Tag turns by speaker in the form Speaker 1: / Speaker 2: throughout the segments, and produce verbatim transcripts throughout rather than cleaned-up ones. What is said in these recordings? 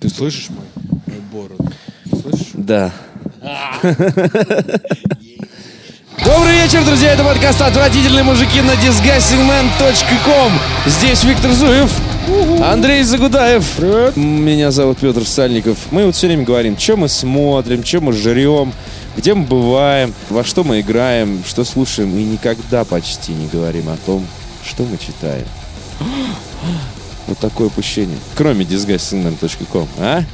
Speaker 1: Ты слышишь мой, мой бороду? Слышишь?
Speaker 2: Да. Добрый вечер, друзья, это подкаст «Отвратительные мужики» на дисгастинг мэн точка ком. Здесь Виктор Зуев, Андрей Загудаев. Привет. Меня зовут Петр Сальников. Мы вот все время говорим, что мы смотрим, что мы жрем, где мы бываем, во что мы играем, что слушаем. И никогда почти не говорим о том, что мы читаем. Вот такое упущение. Кроме дисгастинг мэн точка ком, а?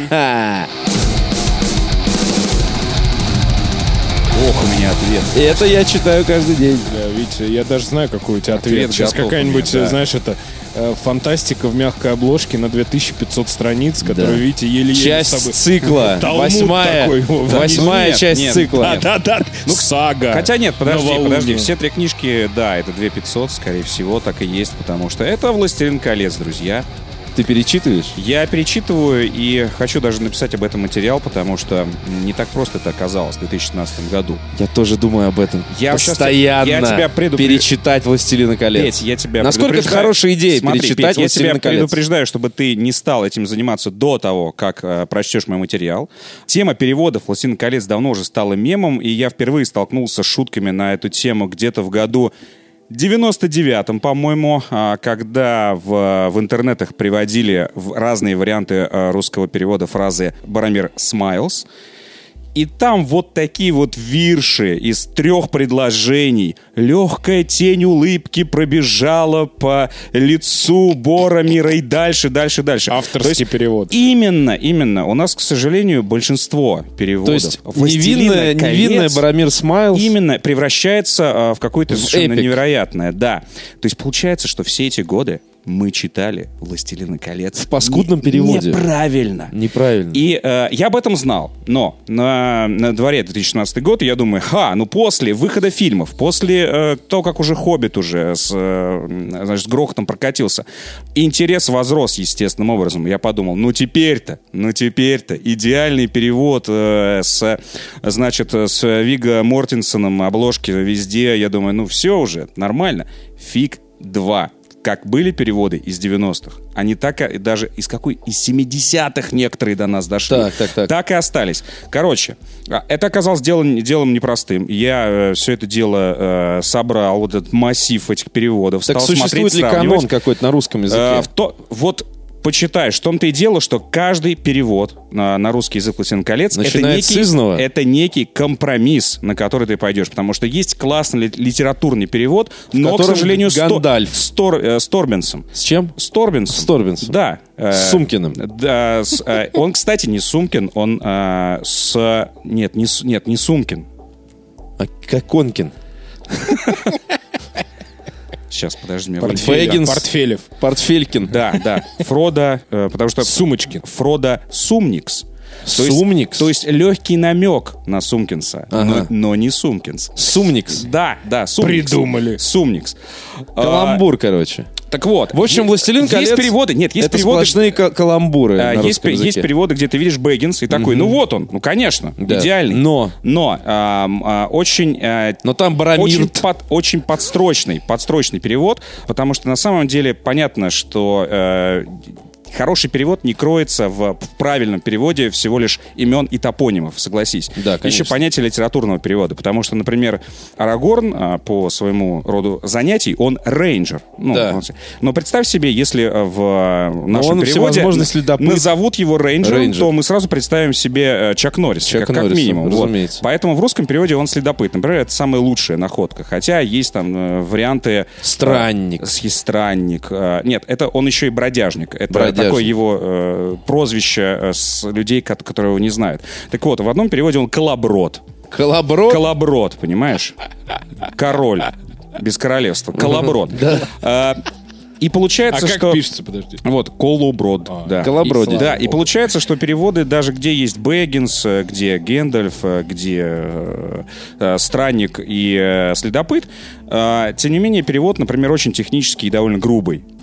Speaker 1: Ох, у меня ответ.
Speaker 2: И это я читаю каждый день.
Speaker 1: Да, видите, я даже знаю, какой у тебя ответ.
Speaker 2: Ответ
Speaker 1: Сейчас
Speaker 2: готов
Speaker 1: какая-нибудь,
Speaker 2: у меня, да.
Speaker 1: знаешь, это э, фантастика в мягкой обложке на две тысячи пятьсот страниц, которую,
Speaker 2: Да.
Speaker 1: видите, еле-еле
Speaker 2: Часть
Speaker 1: с собой.
Speaker 2: цикла.
Speaker 1: Талмуд
Speaker 2: Восьмая,
Speaker 1: такой, вот.
Speaker 2: восьмая
Speaker 3: Нет,
Speaker 2: часть
Speaker 3: нет.
Speaker 2: цикла.
Speaker 1: Да-да-да, ну, сага.
Speaker 3: Хотя нет, подожди,
Speaker 1: Новолуние.
Speaker 3: подожди. Все три книжки, да, это две тысячи пятьсот, скорее всего, так и есть, потому что это «Властелин колец», друзья.
Speaker 2: Ты перечитываешь?
Speaker 3: Я перечитываю и хочу даже написать об этом материал, потому что не так просто это оказалось в две тысячи шестнадцатом году.
Speaker 2: Я тоже думаю об этом.
Speaker 3: Я
Speaker 2: Постоянно
Speaker 3: я тебя предупр-
Speaker 2: перечитать «Властелина колец».
Speaker 3: Петь, я тебя
Speaker 2: Насколько это
Speaker 3: предупреждаю-
Speaker 2: хорошая идея
Speaker 3: Смотри,
Speaker 2: перечитать
Speaker 3: Петь, я
Speaker 2: «Властелина
Speaker 3: тебя
Speaker 2: колец».
Speaker 3: предупреждаю, чтобы ты не стал этим заниматься до того, как э, прочтешь мой материал. Тема переводов «Властелин колец» давно уже стала мемом, и я впервые столкнулся с шутками на эту тему где-то в году девяносто девятом, по-моему, когда в, в интернетах приводили в разные варианты русского перевода фразы «Баромир Смайлс». И там вот такие вот вирши из трех предложений. Легкая тень улыбки пробежала по лицу Боромира и дальше, дальше, дальше.
Speaker 1: Авторский
Speaker 3: То есть
Speaker 1: перевод.
Speaker 3: Именно, именно. У нас, к сожалению, большинство переводов.
Speaker 2: То есть
Speaker 3: «Властелина
Speaker 2: невинная,
Speaker 3: колец»
Speaker 2: невинная Баромир Смайлс.
Speaker 3: именно превращается а, в какое-то
Speaker 2: В
Speaker 3: совершенно
Speaker 2: эпик.
Speaker 3: невероятное. Да. То есть получается, что все эти годы мы читали «Властелина колец»
Speaker 2: В паскудном
Speaker 3: не-
Speaker 2: переводе.
Speaker 3: Неправильно.
Speaker 2: Неправильно.
Speaker 3: И э, я об этом знал, но на, на дворе две тысячи шестнадцатый год, и я думаю, ха, ну после выхода фильмов, после э, того, как уже «Хоббит» уже с, э, значит, с грохотом прокатился, интерес возрос естественным образом. Я подумал, ну теперь-то, ну теперь-то идеальный перевод э, с, значит, с Вигго Мортенсеном, обложки везде, я думаю, ну все уже, нормально. Фиг два. Как были переводы из девяностых, они так и даже из какой? Из семидесятых некоторые до нас дошли.
Speaker 2: Так, так, так.
Speaker 3: Так и остались. Короче, это оказалось делом, делом непростым. Я э, все это дело э, собрал, вот этот массив этих переводов.
Speaker 2: Так
Speaker 3: стал
Speaker 2: существует
Speaker 3: смотреть,
Speaker 2: ли
Speaker 3: сравнивать.
Speaker 2: канон какой-то на русском языке?
Speaker 3: Э, в то, вот почитаешь, в том-то и дело, что каждый перевод на, на русский язык «Властелин колец» это
Speaker 2: Начинает
Speaker 3: некий,
Speaker 2: с изного.
Speaker 3: это некий компромисс, на который ты пойдешь. Потому что есть классный ли- литературный перевод, но, к
Speaker 2: котором
Speaker 3: сожалению, с То-
Speaker 2: Гандальф.
Speaker 3: с Тор- э, с Торбинсом.
Speaker 2: С чем?
Speaker 3: С Торбинсом.
Speaker 2: С Торбинсом.
Speaker 3: Да. Э,
Speaker 2: С Сумкиным.
Speaker 3: Да. с, э, он, кстати, не Сумкин, он э, с... Нет, не, С- нет, не Сумкин.
Speaker 2: А Коконкин.
Speaker 3: Сейчас, подожди. Меня
Speaker 1: Портфель-
Speaker 2: Бэггинс.
Speaker 1: Портфелев.
Speaker 2: Портфелькин.
Speaker 3: Да, да. Фродо, э, потому что...
Speaker 1: Сумочкин.
Speaker 3: Фродо Сумникс. То есть-
Speaker 2: Сумникс?
Speaker 3: То есть легкий намек на Сумкинса,
Speaker 2: Ага.
Speaker 3: но, но не Сумкинс.
Speaker 2: Сумникс.
Speaker 3: Да, да, Сумникс.
Speaker 1: Придумали.
Speaker 3: Сумникс. А,
Speaker 2: Каламбур, короче.
Speaker 3: так вот.
Speaker 2: В общем,
Speaker 3: есть-
Speaker 2: «Властелин колец»
Speaker 3: Есть переводы, нет, есть
Speaker 2: это
Speaker 3: переводы...
Speaker 2: сплошные ка- каламбуры
Speaker 3: а,
Speaker 2: на
Speaker 3: есть,
Speaker 2: русском
Speaker 3: есть
Speaker 2: языке.
Speaker 3: переводы, где ты видишь Бэггинс и такой, ну вот он, ну конечно,
Speaker 2: Да.
Speaker 3: идеальный.
Speaker 2: Но.
Speaker 3: Но а, а, очень... а,
Speaker 2: Но там Баромир.
Speaker 3: Очень, под- очень подстрочный, подстрочный перевод, потому что на самом деле понятно, что э, хороший перевод не кроется в, в правильном переводе всего лишь имен и топонимов, согласись.
Speaker 2: Да, конечно.
Speaker 3: Еще понятие литературного перевода, потому что, например, Арагорн а, по своему роду занятий, он рейнджер. Ну,
Speaker 2: Да.
Speaker 3: он- но представь себе, если а, в а, нашем
Speaker 2: он
Speaker 3: переводе
Speaker 2: всевозможный следопыт.
Speaker 3: назовут его рейнджером,
Speaker 2: Рейнджер.
Speaker 3: то мы сразу представим себе э, Чак Норрис,
Speaker 2: Чака
Speaker 3: как, как
Speaker 2: Норриса,
Speaker 3: минимум. Вот.
Speaker 2: разумеется.
Speaker 3: Поэтому в русском переводе он следопыт. Например, это самая лучшая находка. Хотя есть там э, варианты...
Speaker 2: Странник.
Speaker 3: Э, с- есть странник. Э, нет, это он еще и бродяжник. Это
Speaker 2: Бродяжник.
Speaker 3: такое его э, прозвище э, с людей, ко- которые его не знают. Так вот, в одном переводе он колоброд.
Speaker 2: Колоброд.
Speaker 3: Колоброд, понимаешь? Король. Без королевства. Колоброд. Э, И
Speaker 1: А
Speaker 3: получается,
Speaker 1: как
Speaker 3: что...
Speaker 1: пишется, подожди?
Speaker 3: Вот, колоброд.
Speaker 1: А,
Speaker 3: да.
Speaker 2: колобродик.
Speaker 3: И, да,
Speaker 1: Слава
Speaker 3: и
Speaker 1: богу.
Speaker 3: получается, что переводы, даже где есть Бэггинс, э, где Гэндальф, э, где э, э, Странник и э, Следопыт, э, тем не менее, перевод, например, очень технический и довольно грубый.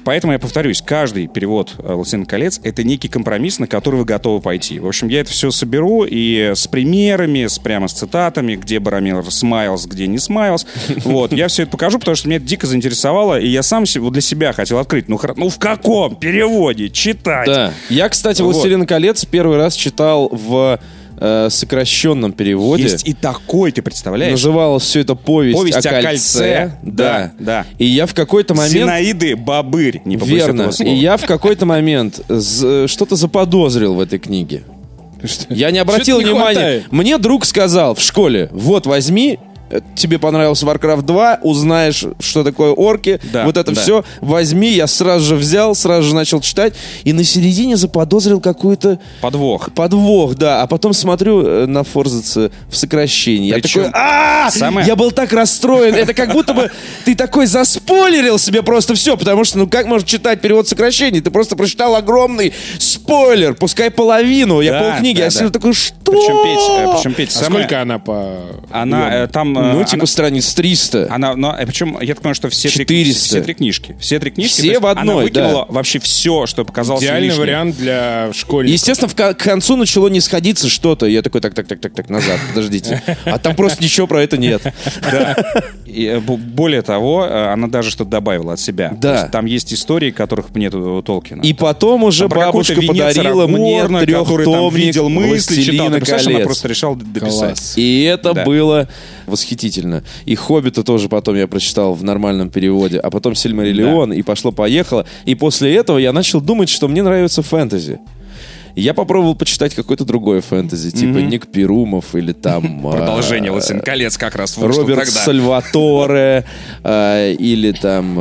Speaker 3: Поэтому я повторюсь, каждый перевод «Властелин колец» — это некий компромисс, на который вы готовы пойти. В общем, я это все соберу и с примерами, с, прямо с цитатами, где Боромир смаялся, где не смаялся. Вот, я все это покажу, потому что меня это дико заинтересовало, и я сам для себя хотел открыть. Ну, ну в каком переводе читать?
Speaker 2: Да. Я, кстати,
Speaker 3: Вот.
Speaker 2: «Властелин колец» первый раз читал в э, сокращенном переводе.
Speaker 3: Есть и такой, ты представляешь?
Speaker 2: Называлось все это «Повесть,
Speaker 3: «Повесть
Speaker 2: о
Speaker 3: о
Speaker 2: кольце».
Speaker 3: кольце».
Speaker 2: Да.
Speaker 3: Да, да.
Speaker 2: И я в какой-то момент...
Speaker 3: Зинаиды Бобырь, не побоюсь
Speaker 2: Верно.
Speaker 3: этого слова.
Speaker 2: И я в какой-то момент з- что-то заподозрил в этой книге. Я не обратил
Speaker 1: Что-то не
Speaker 2: внимания.
Speaker 1: хватает.
Speaker 2: Мне друг сказал в школе: вот, возьми, э, тебе понравился Warcraft два, узнаешь, что такое орки,
Speaker 3: Да,
Speaker 2: вот это
Speaker 3: да.
Speaker 2: все, возьми. Я сразу же взял, сразу же начал читать, и на середине заподозрил какую-то
Speaker 3: Подвох.
Speaker 2: подвох, да. А потом смотрю э, на Форзаце в сокращении. Я
Speaker 3: Причем
Speaker 2: такой: а
Speaker 3: самое-
Speaker 2: Я был так расстроен. Это как будто бы ты такой заспойлерил себе просто все, потому что, ну, как можно читать перевод сокращений? Ты просто прочитал огромный спойлер, пускай половину. Я
Speaker 3: Да,
Speaker 2: полкниги,
Speaker 3: да,
Speaker 2: я сидел
Speaker 3: да.
Speaker 2: такой: что?
Speaker 3: Причем, Петь, э, причем, Петь,
Speaker 1: А
Speaker 3: самое-
Speaker 1: сколько она по...
Speaker 3: Она э, там... э,
Speaker 2: Ну,
Speaker 3: она-
Speaker 2: типа страниц триста.
Speaker 3: Она, но, э, причем, я так понимаю, что все три,
Speaker 2: четыреста.
Speaker 3: все три книжки. Все три книжки.
Speaker 2: Все
Speaker 3: то есть
Speaker 2: в одной,
Speaker 3: она выкинула
Speaker 2: да.
Speaker 3: вообще все, что показалось
Speaker 1: Идеальный
Speaker 3: лишним.
Speaker 1: вариант для школьников.
Speaker 2: Естественно, в ко- к концу начало не сходиться что-то. Я такой: так, так, так, так, так, назад, подождите. А там просто ничего про это нет.
Speaker 3: И, э, б- более того, э, она даже что-то добавила от себя.
Speaker 2: Да.
Speaker 3: То есть там есть истории, которых нет у Толкина.
Speaker 2: И потом уже
Speaker 3: Там про
Speaker 2: бабушка
Speaker 3: какой-то венец
Speaker 2: подарила мне
Speaker 3: Арагорна, который там
Speaker 2: трехтомник
Speaker 3: видел мысли, читал. Ты
Speaker 2: «Властелина
Speaker 3: представляешь, она
Speaker 2: колец».
Speaker 3: просто решала д- дописать.
Speaker 1: Класс.
Speaker 2: И это
Speaker 3: Да.
Speaker 2: было восхитительно. И «Хоббита» тоже потом я прочитал в нормальном переводе, а потом «Сильмариллион», и пошло-поехало. И после этого я начал думать, что мне нравится фэнтези. Я попробовал почитать какое-то другое фэнтези, типа Ник Перумов или там...
Speaker 3: Продолжение
Speaker 2: а,
Speaker 3: «Властелин колец» как раз вышло
Speaker 2: Роберт
Speaker 3: тогда.
Speaker 2: Сальваторе, а, или там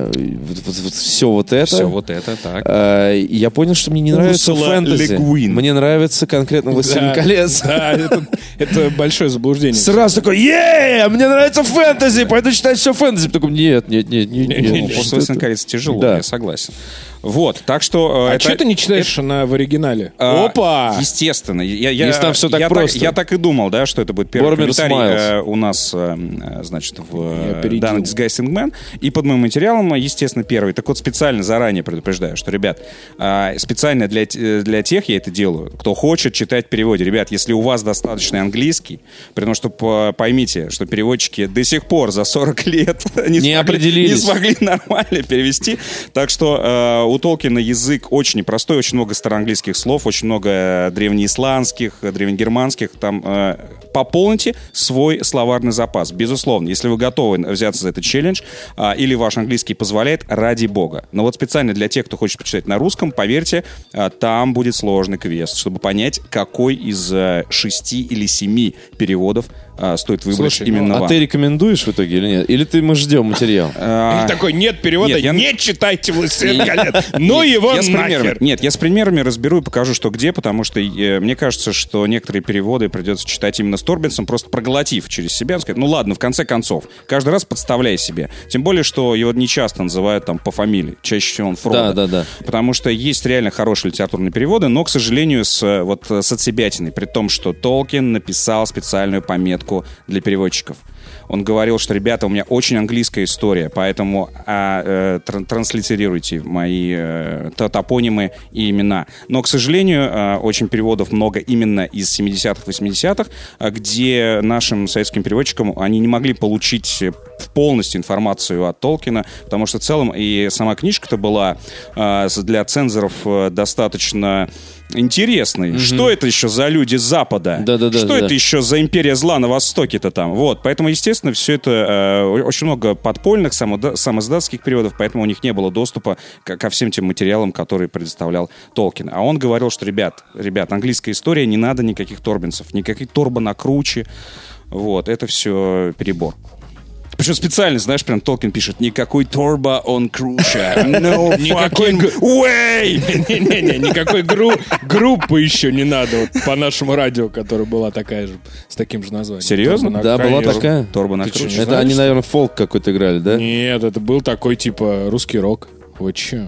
Speaker 2: все вот это.
Speaker 3: Все вот это, так.
Speaker 2: А, и я понял, что мне не нравится
Speaker 3: Урсула
Speaker 2: фэнтези.
Speaker 3: Ле Гуин.
Speaker 2: Мне нравится конкретно «Властелин
Speaker 1: Да,
Speaker 2: колец».
Speaker 1: Да, это, это большое заблуждение.
Speaker 2: Сразу такой: е мне нравится фэнтези, пойду читать все фэнтези. Потом: нет, нет, нет, нет, нет.
Speaker 3: Ну,
Speaker 1: Не-не-не.
Speaker 3: после
Speaker 2: что
Speaker 3: «Властелин
Speaker 2: это?
Speaker 3: колец» тяжело,
Speaker 2: Да.
Speaker 3: я согласен. Вот, так что... э,
Speaker 1: А
Speaker 3: это-
Speaker 1: что ты не читаешь на, в оригинале?
Speaker 3: А,
Speaker 1: Опа!
Speaker 3: Естественно. Я, я,
Speaker 2: Если там всё так
Speaker 3: я
Speaker 2: просто.
Speaker 3: я так и думал, да, что это будет первый
Speaker 2: Боромир
Speaker 3: комментарий
Speaker 2: Смайлс.
Speaker 3: э, у нас, э, э, значит, в
Speaker 1: Я
Speaker 3: э,
Speaker 1: опередил.
Speaker 3: данный Disguising Man. И под моим материалом, естественно, первый. Так вот, специально заранее предупреждаю, что, ребят, э, специально для, т- для тех я это делаю, кто хочет читать в переводе. Ребят, если у вас достаточный английский, при том, что по- поймите, что переводчики до сих пор за сорок лет не,
Speaker 2: Не
Speaker 3: смогли,
Speaker 2: определились.
Speaker 3: не смогли нормально перевести. Так что э, у Толкина язык очень непростой, очень много староанглийских слов, очень много древнеисландских, древнегерманских. Там э, пополните свой словарный запас, безусловно. Если вы готовы взяться за этот челлендж, э, или ваш английский позволяет, ради бога. Но вот специально для тех, кто хочет почитать на русском, поверьте, э, там будет сложный квест, чтобы понять, какой из э, шести или семи переводов э, стоит выбрать
Speaker 1: Слушай,
Speaker 3: именно
Speaker 2: А
Speaker 3: вам.
Speaker 2: ты рекомендуешь в итоге или нет? Или ты мы ждем материал?
Speaker 3: А,
Speaker 1: И такой: нет перевода,
Speaker 3: нет, я-
Speaker 1: не читайте «Властелин колец». Ну его
Speaker 3: я с примерами,
Speaker 1: нахер.
Speaker 3: нет, я с примерами разберу и покажу, что где, потому что э, мне кажется, что некоторые переводы придется читать именно с Торбинсом, просто проглотив через себя, сказать: ну ладно, в конце концов, каждый раз подставляй себе. Тем более, что его не часто называют там по фамилии, чаще всего он Фродо.
Speaker 2: Да, да, да.
Speaker 3: Потому что есть реально хорошие литературные переводы, но, к сожалению, с, э, вот, э, с отсебятиной, при том, что Толкин написал специальную пометку для переводчиков. Он говорил, что, ребята, у меня очень английская история, поэтому а, э, тран- транслитерируйте мои э, т- топонимы и имена. Но, к сожалению, э, очень переводов много именно из семидесятых, восьмидесятых, э, где нашим советским переводчикам они не могли получить э, полностью информацию от Толкина, потому что в целом и сама книжка-то была э, с- для цензоров э, достаточно интересный. Что это еще за люди Запада?
Speaker 2: Да-да-да,
Speaker 3: Что
Speaker 2: да.
Speaker 3: это еще за империя зла на Востоке-то там? Вот. Поэтому, естественно, все это э, очень много подпольных, самода- самоиздатских переводов, поэтому у них не было доступа к- ко всем тем материалам, которые предоставлял Толкин. А он говорил, что, ребят, ребят, английская история, не надо никаких Торбинсов, никаких Торба на круче. Вот. Это все перебор. Причем специально, знаешь, прям Толкин пишет: никакой Торба, он круче. No
Speaker 1: Никакой
Speaker 3: fucking way!
Speaker 1: Не-не-не, никакой гру- группы еще не надо. Вот по нашему радио, которая была такая же, с таким же названием.
Speaker 3: Серьезно?
Speaker 1: Торба на-
Speaker 2: Да, была
Speaker 1: Конечно.
Speaker 2: такая.
Speaker 3: Торба на
Speaker 1: Ты чё,
Speaker 3: круче.
Speaker 1: не
Speaker 2: Это
Speaker 1: знаешь,
Speaker 2: они,
Speaker 1: что-
Speaker 2: наверное, фолк какой-то играли, да?
Speaker 1: Нет, это был такой, типа, русский рок. Вы че?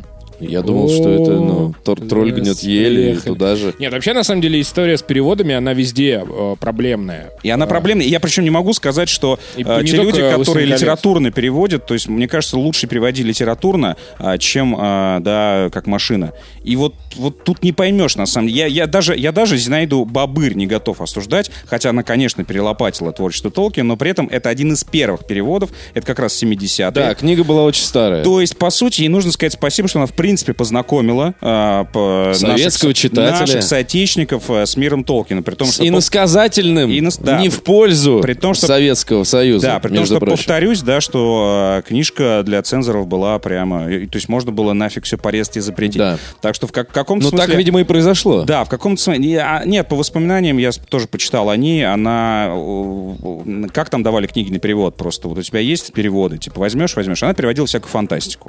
Speaker 2: Я думал,
Speaker 1: О,
Speaker 2: что это, ну, тор- тролль гнет
Speaker 1: yes,
Speaker 2: ель, и
Speaker 1: приехали.
Speaker 2: туда же.
Speaker 1: Нет, вообще, на самом деле, история с переводами, она везде э, проблемная.
Speaker 3: И она проблемная. И я причем не могу сказать, что
Speaker 1: И
Speaker 3: э,
Speaker 1: не
Speaker 3: те
Speaker 1: только
Speaker 3: люди,
Speaker 1: «Властелин
Speaker 3: которые
Speaker 1: колец».
Speaker 3: литературно переводят, то есть, мне кажется, лучше переводи литературно, а, чем, а, да, как машина. И вот, вот тут не поймешь, на самом деле. Я, я, даже, я даже Зинаиду Бабырь не готов осуждать, хотя она, конечно, перелопатила творчество Толкина, но при этом это один из первых переводов, это как раз семидесятые.
Speaker 2: Да, книга была очень старая.
Speaker 3: То есть, по сути, ей нужно сказать спасибо, что она, в принципе, познакомила а, по-
Speaker 2: Советского
Speaker 3: наших,
Speaker 2: читателя.
Speaker 3: наших соотечественников а, с миром Толкина. При том,
Speaker 2: С
Speaker 3: что
Speaker 2: иносказательным,
Speaker 3: И нас- да.
Speaker 2: не в пользу
Speaker 3: При том, что-
Speaker 2: Советского Союза,
Speaker 3: Да, при том,
Speaker 2: между
Speaker 3: что,
Speaker 2: прочим.
Speaker 3: повторюсь, да, что э, книжка для цензоров была прямо... и- То есть можно было нафиг все порезать и запретить.
Speaker 2: Да.
Speaker 3: Так что в как- каком-то
Speaker 2: Ну,
Speaker 3: смысле...
Speaker 2: так, видимо, и произошло.
Speaker 3: Да, в каком-то смысле... не- а, Нет, по воспоминаниям я с- тоже почитал они, она... э, Как там давали книги на перевод просто? Вот у тебя есть переводы, типа возьмешь, возьмешь. Она переводила всякую фантастику.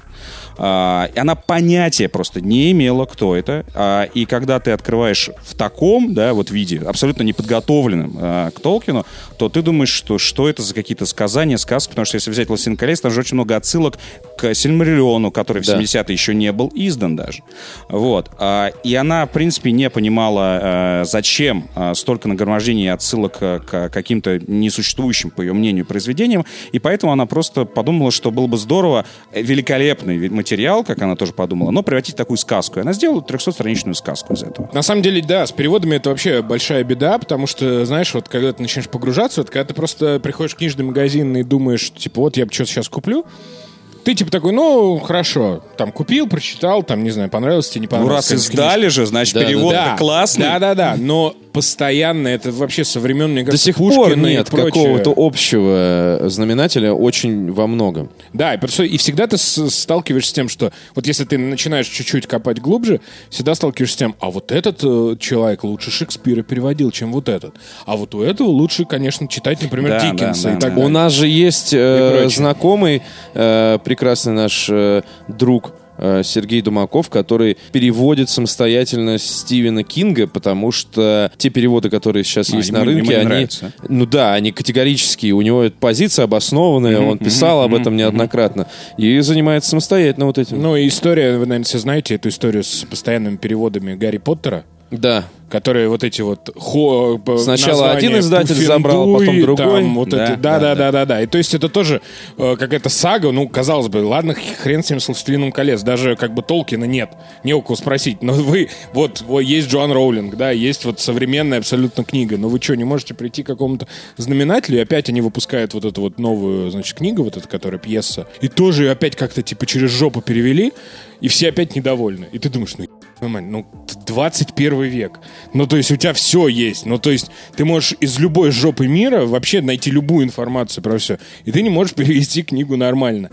Speaker 3: А, и она понятия просто не имела, кто это. А, и когда ты открываешь в таком, да, вот виде, абсолютно неподготовленным а, к Толкину, то ты думаешь, что, что это за какие-то сказания, сказки, потому что если взять «Властелин колец», там же очень много отсылок к Сильмариллиону, который в
Speaker 2: Да.
Speaker 3: семидесятые еще не был издан даже. Вот. А, и она, в принципе, не понимала, а, зачем а, столько нагромождений и отсылок а, к каким-то несуществующим, по ее мнению, произведениям, и поэтому она просто подумала, что было бы здорово, э, великолепный материал, как она тоже подумала, но превратить в такую сказку. И она сделала трехсотстраничную сказку из этого.
Speaker 1: На самом деле, да, с переводами это вообще большая беда, потому что, знаешь, вот когда ты начинаешь погружаться, вот когда ты просто приходишь в книжный магазин и думаешь, типа, вот я что-то сейчас куплю, ты типа такой, ну, хорошо, там купил, прочитал, там, не знаю, понравилось тебе, не
Speaker 3: Ну,
Speaker 1: понравилось.
Speaker 3: раз издали же, значит,
Speaker 2: Да,
Speaker 3: перевод
Speaker 1: Да,
Speaker 3: классный.
Speaker 1: да-да-да, но постоянно это вообще со времен, мне
Speaker 2: До
Speaker 1: кажется,
Speaker 2: сих
Speaker 1: Пушкина
Speaker 2: пор
Speaker 1: и
Speaker 2: нет
Speaker 1: прочее.
Speaker 2: какого-то общего знаменателя очень во многом.
Speaker 1: Да, и, просто- и всегда ты с- сталкиваешься с тем, что вот если ты начинаешь чуть-чуть копать глубже, всегда сталкиваешься с тем, а вот этот э, человек лучше Шекспира переводил, чем вот этот. А вот у этого лучше, конечно, читать, например,
Speaker 3: Да,
Speaker 1: Диккенса
Speaker 3: да,
Speaker 1: и
Speaker 3: да,
Speaker 1: так
Speaker 3: да.
Speaker 1: далее.
Speaker 2: У нас же есть э,
Speaker 1: прочее.
Speaker 2: знакомый, э, прекрасный наш э, друг э, Сергей Думаков, который переводит самостоятельно Стивена Кинга, потому что те переводы, которые сейчас
Speaker 3: А,
Speaker 2: есть
Speaker 3: ему-
Speaker 2: на рынке,
Speaker 3: ему не
Speaker 2: они,
Speaker 3: нравятся.
Speaker 2: ну да, они категорические. У него позиция обоснованная, он писал об этом неоднократно и занимается самостоятельно вот этим.
Speaker 1: Ну и история, вы, наверное, все знаете эту историю с постоянными переводами Гарри Поттера,
Speaker 2: Да.
Speaker 1: которые вот эти вот хо, п-
Speaker 2: Сначала
Speaker 1: названия
Speaker 2: один издатель
Speaker 1: Пуффендуй,
Speaker 2: забрал, потом другой.
Speaker 1: там вот
Speaker 3: Да,
Speaker 1: эти, да,
Speaker 3: да,
Speaker 1: да, да, да, да. И то есть это тоже э, какая-то сага, ну, казалось бы, ладно, хрен с ним с «Властелином колец», даже как бы Толкина нет, не у кого спросить, но вы, вот, вот есть Джоан Роулинг, да, есть вот современная абсолютно книга, но вы что, не можете прийти к какому-то знаменателю, и опять они выпускают вот эту вот новую, значит, книгу, вот эта, которая пьеса, и тоже опять как-то типа через жопу перевели, и все опять недовольны. И ты думаешь, ну, нормально, ну, двадцать первый век. Ну, то есть у тебя все есть. Ну, то есть ты можешь из любой жопы мира вообще найти любую информацию про все. И ты не можешь перевести книгу нормально.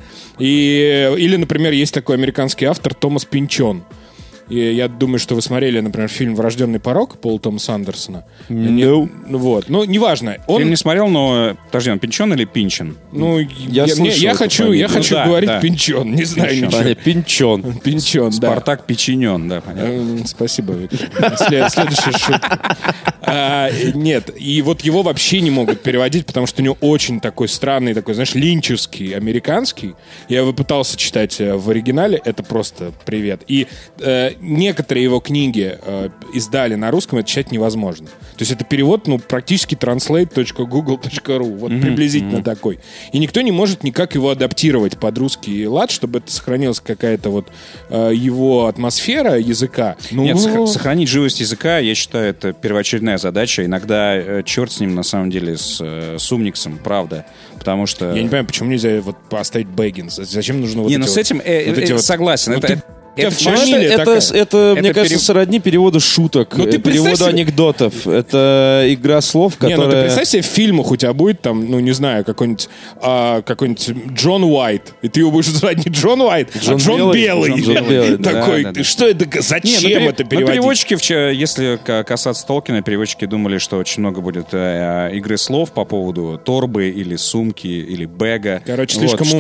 Speaker 1: И, или, например, есть такой американский автор Томас Пинчон. И я думаю, что вы смотрели, например, фильм «Врожденный порок» Пола Томаса Андерсона.
Speaker 2: No.
Speaker 1: Ну, вот. Ну, неважно. Он,
Speaker 3: Фильм не смотрел, но... Подожди, он Пинчон или Пинчен?
Speaker 1: ну, я,
Speaker 2: Я
Speaker 1: я,
Speaker 2: слышал
Speaker 1: я
Speaker 2: эту
Speaker 1: хочу,
Speaker 2: фамилию.
Speaker 1: я хочу
Speaker 3: Ну да,
Speaker 1: говорить
Speaker 3: да.
Speaker 1: Пинчон. Не знаю
Speaker 3: Пинчон.
Speaker 1: ничего.
Speaker 2: Аня, Пинчон.
Speaker 1: Пинчон, да.
Speaker 3: Спартак Печенен, да, понятно.
Speaker 1: М, Спасибо, Виктор. След- Следующая шутка. А, нет, и вот его вообще не могут переводить, потому что у него очень такой странный, такой, знаешь, линчевский, американский. Я его пытался читать э, в оригинале, это просто привет. И э, некоторые его книги э, издали на русском, это читать невозможно. То есть это перевод, ну, практически транслейт точка гугл точка ру, вот приблизительно такой. И никто не может никак его адаптировать под русский лад, чтобы это сохранилась какая-то вот э, его атмосфера языка. Ну,
Speaker 3: Нет, сох- сохранить живость языка, я считаю, это первоочередная задача. Иногда э, черт с ним, на самом деле, с, э, с умниксом, правда. Потому что...
Speaker 1: Я не понимаю, почему нельзя вот оставить Бэггинс? Зачем нужно вот
Speaker 3: Не,
Speaker 1: эти
Speaker 3: ну
Speaker 1: вот-
Speaker 3: с этим э,
Speaker 1: вот
Speaker 3: э,
Speaker 1: эти
Speaker 3: э,
Speaker 1: вот-
Speaker 3: согласен.
Speaker 1: Ну,
Speaker 3: это,
Speaker 1: ты-
Speaker 3: это-
Speaker 1: у тебя
Speaker 3: это
Speaker 1: фамилия
Speaker 2: Ну, это,
Speaker 1: такая.
Speaker 2: это, это, мне
Speaker 3: Это
Speaker 2: кажется,
Speaker 3: перев-
Speaker 2: сродни переводу шуток,
Speaker 1: Ну, ты
Speaker 2: э,
Speaker 1: представь
Speaker 2: переводу
Speaker 1: себе-
Speaker 2: анекдотов. Это игра слов,
Speaker 1: Не, ну ты
Speaker 2: которая...
Speaker 1: представь себе, в фильмах у тебя будет там, ну не знаю, какой-нибудь а, какой-нибудь Джон Уайт, и ты его будешь звать не Джон Уайт,
Speaker 2: Джон
Speaker 1: а Джон
Speaker 2: Белый.
Speaker 1: Белый.
Speaker 2: Джон Белый, да,
Speaker 1: Такой,
Speaker 3: да, да.
Speaker 1: что это, зачем
Speaker 3: Не, ну, пере-
Speaker 1: это
Speaker 3: ну,
Speaker 1: переводить?
Speaker 3: переводчики, вчера, если к- касаться Толкина, переводчики думали, что очень много будет э, игры слов по поводу торбы или сумки или бэга.
Speaker 1: Короче,
Speaker 3: Вот,
Speaker 1: слишком
Speaker 3: чтобы,
Speaker 1: умные.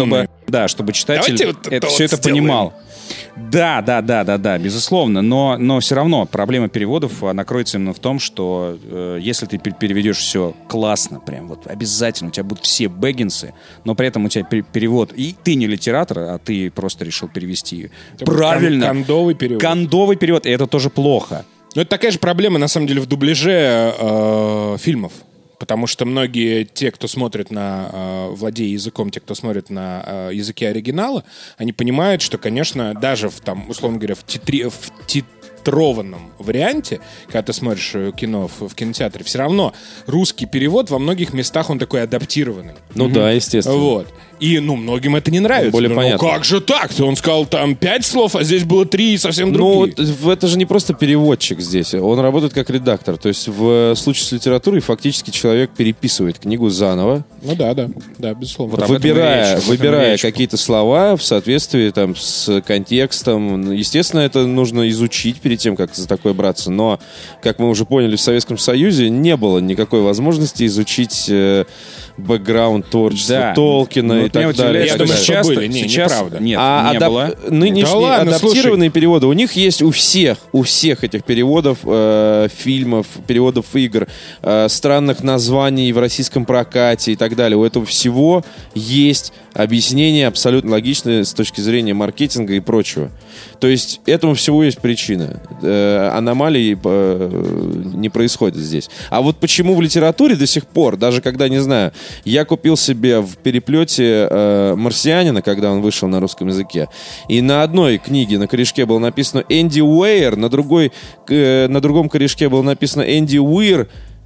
Speaker 3: Да, чтобы читатель
Speaker 1: Давайте вот
Speaker 3: это,
Speaker 1: это
Speaker 3: все
Speaker 1: вот
Speaker 3: это
Speaker 1: сделаем.
Speaker 3: понимал. Да, да, да, да, да, безусловно. Но, но все равно проблема переводов, она кроется именно в том, что э, если ты пер- переведешь все классно, прям вот обязательно, у тебя будут все бэггинсы, но при этом у тебя пер- перевод, и ты не литератор, а ты просто решил перевести
Speaker 1: Это
Speaker 3: правильно.
Speaker 1: кон- кондовый перевод.
Speaker 3: Кондовый перевод, и это тоже плохо.
Speaker 1: Ну, это такая же проблема, на самом деле, в дубляже э, фильмов. Потому что многие те, кто смотрит на, э, владея языком, те, кто смотрит на э, языке оригинала, они понимают, что, конечно, даже в, там, условно говоря, в, титри, в titrованном варианте, когда ты смотришь кино в, в кинотеатре, все равно русский перевод во многих местах, он такой адаптированный.
Speaker 2: Ну mm-hmm. да, естественно.
Speaker 1: Вот. И, ну, многим это не нравится.
Speaker 2: Более
Speaker 1: ну,
Speaker 2: понятно.
Speaker 1: Ну, как же так? Он сказал там пять слов, а здесь было три и совсем другие.
Speaker 2: Ну, это же не просто переводчик здесь. Он работает как редактор. То есть в случае с литературой фактически человек переписывает книгу заново.
Speaker 1: Ну да, да, да, безусловно.
Speaker 3: Вот
Speaker 2: выбирая
Speaker 3: речь,
Speaker 2: выбирая
Speaker 3: речь.
Speaker 2: какие-то слова в соответствии там, с контекстом. Естественно, это нужно изучить перед тем, как за такое браться. Но, как мы уже поняли, в Советском Союзе не было никакой возможности изучить э, бэкграунд творчества
Speaker 3: Да.
Speaker 2: Толкина
Speaker 3: Ну,
Speaker 2: и
Speaker 3: вот меня
Speaker 2: так далее.
Speaker 3: удивляет,
Speaker 1: Я
Speaker 3: что
Speaker 1: думаю, что
Speaker 3: сейчас,
Speaker 1: были. Не,
Speaker 3: сейчас
Speaker 1: неправда.
Speaker 3: нет,
Speaker 2: А
Speaker 3: не
Speaker 2: адап-
Speaker 3: было.
Speaker 2: нынешние
Speaker 1: Да ладно,
Speaker 2: адаптированные переводы, у них есть у всех, у всех этих переводов э, фильмов, переводов игр, э, странных названий в российском прокате и так далее. У этого всего есть объяснение абсолютно логичное с точки зрения маркетинга и прочего. То есть этому всего есть причина. Э, аномалий э, не происходит здесь. А вот почему в литературе до сих пор, даже когда, не знаю, я купил себе в переплете э, «Марсианина», когда он вышел на русском языке, и на одной книге на корешке было написано «Энди Уэйр», на, другой, э, на другом корешке было написано «Энди Уир»,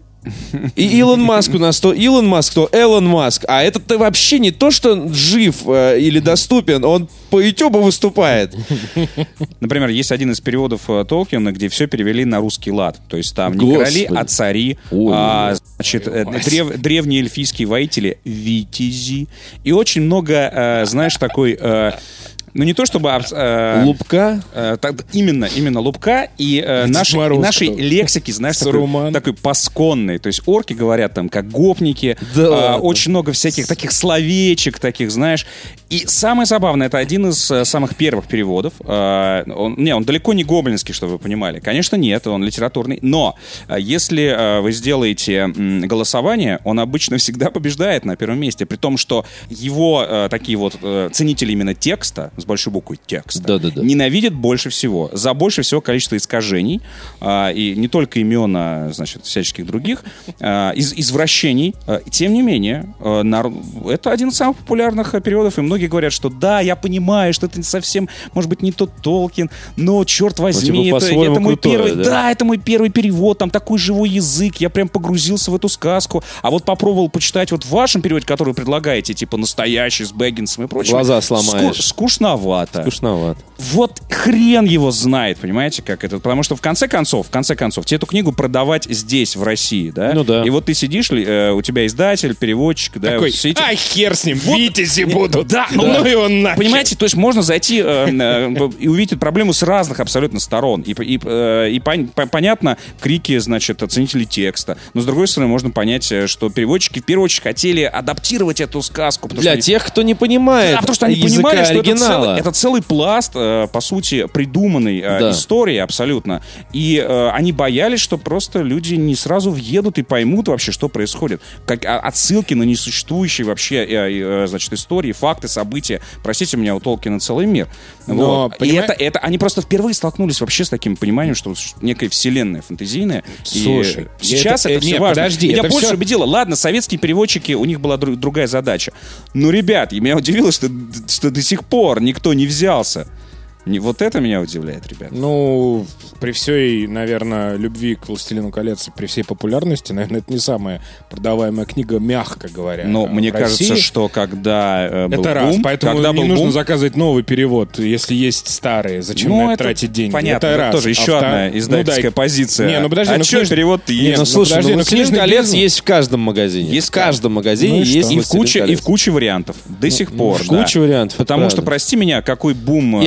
Speaker 2: и Илон Маск у нас то Илон Маск, то Элон Маск. А этот-то вообще не то, что жив э, или доступен, он по Ютубу выступает.
Speaker 3: Например, есть один из переводов э, Толкина, где все перевели на русский лад. То есть там не
Speaker 2: Господи.
Speaker 3: короли, а цари,
Speaker 2: Ой,
Speaker 3: а, значит, э, древ- древние эльфийские воители, витязи. И очень много, э, знаешь, такой... э, ну, не то чтобы... Э,
Speaker 2: Лупка?
Speaker 3: э, так, именно, именно лупка и э, нашей,
Speaker 1: Мороз,
Speaker 3: нашей
Speaker 1: кто?
Speaker 3: лексики, знаешь, такой,
Speaker 1: Саруман.
Speaker 3: такой пасконной. То есть орки говорят там как гопники.
Speaker 2: Да
Speaker 3: э,
Speaker 2: ладно.
Speaker 3: очень много всяких таких словечек таких, знаешь. И самое забавное, это один из э, самых первых переводов. Э, он, не, он далеко не гоблинский, чтобы вы понимали. Конечно, нет, он литературный. Но э, если э, вы сделаете м, голосование, он обычно всегда побеждает на первом месте. При том, что его э, такие вот э, ценители именно текста, с большой буквы текста,
Speaker 2: Да-да-да.
Speaker 3: ненавидят больше всего. За больше всего количество искажений. э, и не только имен, значит, всяческих других э, из, извращений. Э, тем не менее, э, нар- это один из самых популярных э, переводов, и многие говорят, что да, я понимаю, что это совсем, может быть, не тот Толкин, но, черт возьми,
Speaker 2: типа,
Speaker 3: это,
Speaker 2: по-своему
Speaker 3: это мой
Speaker 2: крутое,
Speaker 3: первый...
Speaker 2: да?
Speaker 3: Да, это мой первый перевод, там такой живой язык, я прям погрузился в эту сказку. А вот попробовал почитать вот в вашем переводе, который вы предлагаете, типа настоящий, с Бэггинсом и прочим.
Speaker 2: Глаза сломаешь.
Speaker 3: Ску- скучновато.
Speaker 2: Скучновато.
Speaker 3: Вот хрен его знает, понимаете, как это. Потому что в конце концов, в конце концов, тебе эту книгу продавать здесь, в России, да?
Speaker 2: Ну да.
Speaker 3: И вот ты сидишь, э, у тебя издатель, переводчик, да,
Speaker 1: Такой,
Speaker 3: вот сидите-
Speaker 1: а хер с ним,
Speaker 3: Вот.
Speaker 1: витязи
Speaker 3: Не,
Speaker 1: будут.
Speaker 3: да,
Speaker 1: ну,
Speaker 3: ну,
Speaker 1: ну и он нахер.
Speaker 3: Понимаете, то есть можно зайти э, э, и увидеть эту проблему с разных абсолютно сторон. И, и, э, и пон- по- понятно, крики, значит, оценителей текста. Но с другой стороны, можно понять, э, что переводчики в первую очередь хотели адаптировать эту сказку. потому
Speaker 2: Для
Speaker 3: что они-
Speaker 2: тех, кто не понимает
Speaker 3: Да, потому что они
Speaker 2: языка
Speaker 3: понимали, что это
Speaker 2: оригинала.
Speaker 3: целый, это целый пласт, э, по сути, придуманной э,
Speaker 2: Да.
Speaker 3: истории абсолютно. И э, они боялись, что просто люди не сразу въедут и поймут вообще, что происходит. Как, а- отсылки на несуществующие вообще э, э, значит, истории, факты, события. Простите меня, у Толкина целый мир.
Speaker 1: Но,
Speaker 3: Вот. И
Speaker 1: понимаешь-
Speaker 3: это, это, они просто впервые столкнулись вообще с таким пониманием, что некая вселенная фантазийная.
Speaker 1: Слушай,
Speaker 3: и сейчас
Speaker 1: это-
Speaker 3: это,
Speaker 1: э,
Speaker 3: все
Speaker 1: нет,
Speaker 3: важно.
Speaker 1: подожди,
Speaker 3: Меня
Speaker 1: это
Speaker 3: больше
Speaker 1: всё-
Speaker 3: убедило. Ладно, советские переводчики, у них была дру- другая задача. Но, ребят, и меня удивило, что, что до сих пор никто не взялся. Не, вот это меня удивляет, ребят.
Speaker 1: Ну, при всей, наверное, любви к «Властелину колец», при всей популярности, наверное, это не самая продаваемая книга, мягко говоря.
Speaker 3: Но
Speaker 1: в
Speaker 3: мне
Speaker 1: России.
Speaker 3: кажется, что когда э, был
Speaker 1: Это раз,
Speaker 3: бум,
Speaker 1: поэтому
Speaker 3: когда
Speaker 1: не
Speaker 3: был
Speaker 1: нужно
Speaker 3: бум,
Speaker 1: заказывать новый перевод, если есть старые. Зачем
Speaker 3: Ну,
Speaker 1: на это
Speaker 3: это
Speaker 1: тратить деньги?
Speaker 3: понятно,
Speaker 1: это
Speaker 3: это
Speaker 1: раз.
Speaker 3: тоже еще
Speaker 1: А
Speaker 3: одна
Speaker 1: втор-
Speaker 3: издательская
Speaker 1: ну, да,
Speaker 3: позиция.
Speaker 1: Не, ну подожди,
Speaker 3: а
Speaker 1: ну
Speaker 3: чё,
Speaker 1: книж-
Speaker 3: перевод-то
Speaker 1: Не,
Speaker 3: есть?
Speaker 1: ну
Speaker 2: Ну, слушай,
Speaker 1: подожди,
Speaker 2: ну,
Speaker 1: ну
Speaker 2: «Властелин
Speaker 1: книжный
Speaker 2: колец»
Speaker 1: бизнес-
Speaker 2: есть в каждом магазине.
Speaker 3: Есть
Speaker 2: в каждом магазине
Speaker 1: Ну и
Speaker 2: есть
Speaker 1: что?
Speaker 3: И в,
Speaker 2: «Властелин
Speaker 3: куче, и
Speaker 2: колец».
Speaker 3: в куче вариантов. До сих пор,
Speaker 2: в
Speaker 3: да.
Speaker 2: куче вариантов, это
Speaker 3: Потому что,
Speaker 2: правда.
Speaker 3: прости меня, какой бум
Speaker 2: И
Speaker 3: э,
Speaker 2: обязательно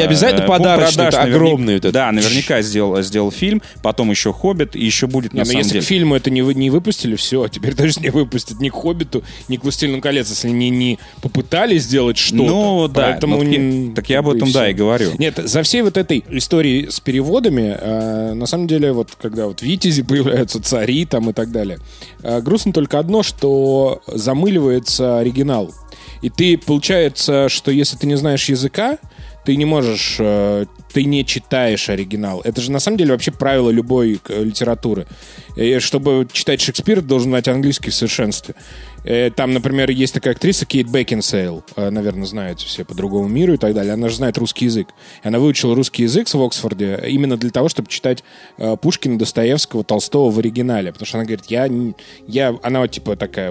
Speaker 2: подарочный, это
Speaker 3: наверняка,
Speaker 2: огромный. Вот этот.
Speaker 3: Да, наверняка сделал, сделал фильм, потом еще «Хоббит», и еще будет
Speaker 1: Не,
Speaker 3: на
Speaker 1: ну
Speaker 3: самом
Speaker 1: если
Speaker 3: деле.
Speaker 1: к фильму это не, вы- не выпустили, все, теперь даже не выпустят ни к «Хоббиту», ни к «Властелину колец», если не, не попытались сделать что-то.
Speaker 3: Ну, да,
Speaker 1: Поэтому
Speaker 3: ну, так
Speaker 1: не-
Speaker 3: я- так я об
Speaker 1: как бы
Speaker 3: этом,
Speaker 1: и
Speaker 3: да,
Speaker 1: всё.
Speaker 3: и говорю.
Speaker 1: Нет, за всей вот этой историей с переводами, э, на самом деле, вот когда вот витязи появляются, цари там и так далее, э, грустно только одно, что замыливается оригинал. И ты, получается, что если ты не знаешь языка, ты не можешь, э, ты не читаешь оригинал. Это же на самом деле вообще правило любой э, литературы. И чтобы читать Шекспира, ты должен знать английский в совершенстве. Э, Там, например, есть такая актриса Кейт Бекинсейл, э, наверное, знаете все по другому миру и так далее. Она же знает русский язык. И она выучила русский язык в Оксфорде именно для того, чтобы читать э, Пушкина, Достоевского, Толстого в оригинале. Потому что она говорит, я, не- я она вот типа такая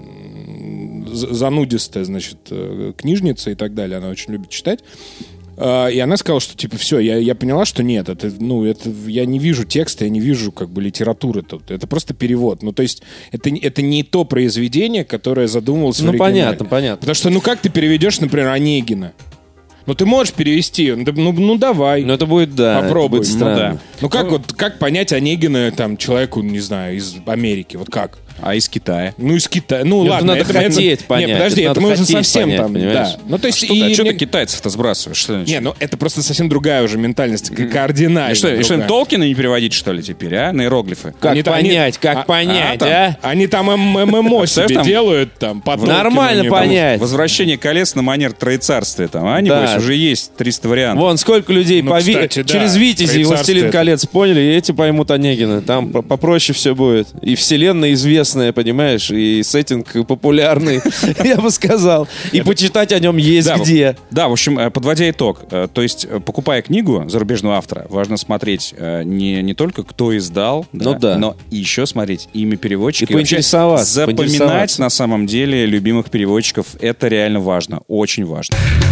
Speaker 1: очень з- занудистая, значит, э, книжница и так далее. Она очень любит читать. А, И она сказала, что типа все, я, я поняла, что нет, это, ну, это, я не вижу текста, я не вижу как бы литературы тут. Это просто перевод. Ну, то есть это, не- это не то произведение, которое задумывалось в
Speaker 2: Ну,
Speaker 1: оригинале.
Speaker 2: понятно, понятно.
Speaker 1: Потому что, ну, как ты переведешь, например, Онегина? Ну, ты можешь перевести, ну, да- ну, ну, давай.
Speaker 2: Ну, это будет, да,
Speaker 1: Попробуй.
Speaker 2: это будет
Speaker 1: Ну,
Speaker 2: странно.
Speaker 3: да.
Speaker 1: Ну, как вот, как понять Онегина там человеку, не знаю, из Америки? Вот как?
Speaker 3: А из Китая?
Speaker 1: Ну, из Китая. Ну,
Speaker 2: Это
Speaker 1: ладно.
Speaker 2: надо хотеть понять,
Speaker 1: Не, подожди,
Speaker 2: это
Speaker 1: это,
Speaker 2: надо
Speaker 1: мы уже
Speaker 2: хотеть
Speaker 1: совсем
Speaker 2: понять,
Speaker 1: там,
Speaker 2: понимаешь?
Speaker 1: да. Ну, то есть,
Speaker 3: Что,
Speaker 1: и
Speaker 3: а что
Speaker 1: мне-
Speaker 3: ты китайцев-то сбрасываешь? Что значит?
Speaker 1: Не, ну это просто совсем другая уже ментальность, к- кардинально.
Speaker 3: И что, и что,
Speaker 1: другая.
Speaker 3: Толкина не переводить, что ли, теперь, а? На иероглифы?
Speaker 2: Как
Speaker 1: Они там- они-
Speaker 2: понять, как
Speaker 1: а-
Speaker 2: понять,
Speaker 3: а,
Speaker 2: а?
Speaker 1: Они там эм- ММО себе
Speaker 3: там-
Speaker 1: делают, там, по
Speaker 2: Нормально
Speaker 1: Толкину,
Speaker 2: понять.
Speaker 3: Возвращение колец на манер Троецарствия там, а? Небось,
Speaker 2: Да.
Speaker 3: уже есть триста вариантов.
Speaker 2: Вон, сколько людей
Speaker 1: Ну,
Speaker 2: пови-
Speaker 1: кстати, да.
Speaker 2: через Витязи и
Speaker 1: Троецарствие
Speaker 2: «Властелин
Speaker 1: это.
Speaker 2: колец» поняли, и эти поймут Онегина. Там по- попроще все будет. И вселенная известная, понимаешь, и сеттинг популярный, я бы сказал. И почитать о нем есть
Speaker 3: Да,
Speaker 2: где.
Speaker 3: Да, в общем, э, подводя итог, э, то есть, э, покупая книгу зарубежного автора, важно смотреть э, не, не только кто издал,
Speaker 2: Ну да.
Speaker 3: но и еще смотреть имя переводчика.
Speaker 2: И
Speaker 3: вообще
Speaker 2: поинтересоваться,
Speaker 3: запоминать
Speaker 2: поинтересоваться.
Speaker 3: на самом деле любимых переводчиков. Это реально важно, очень важно.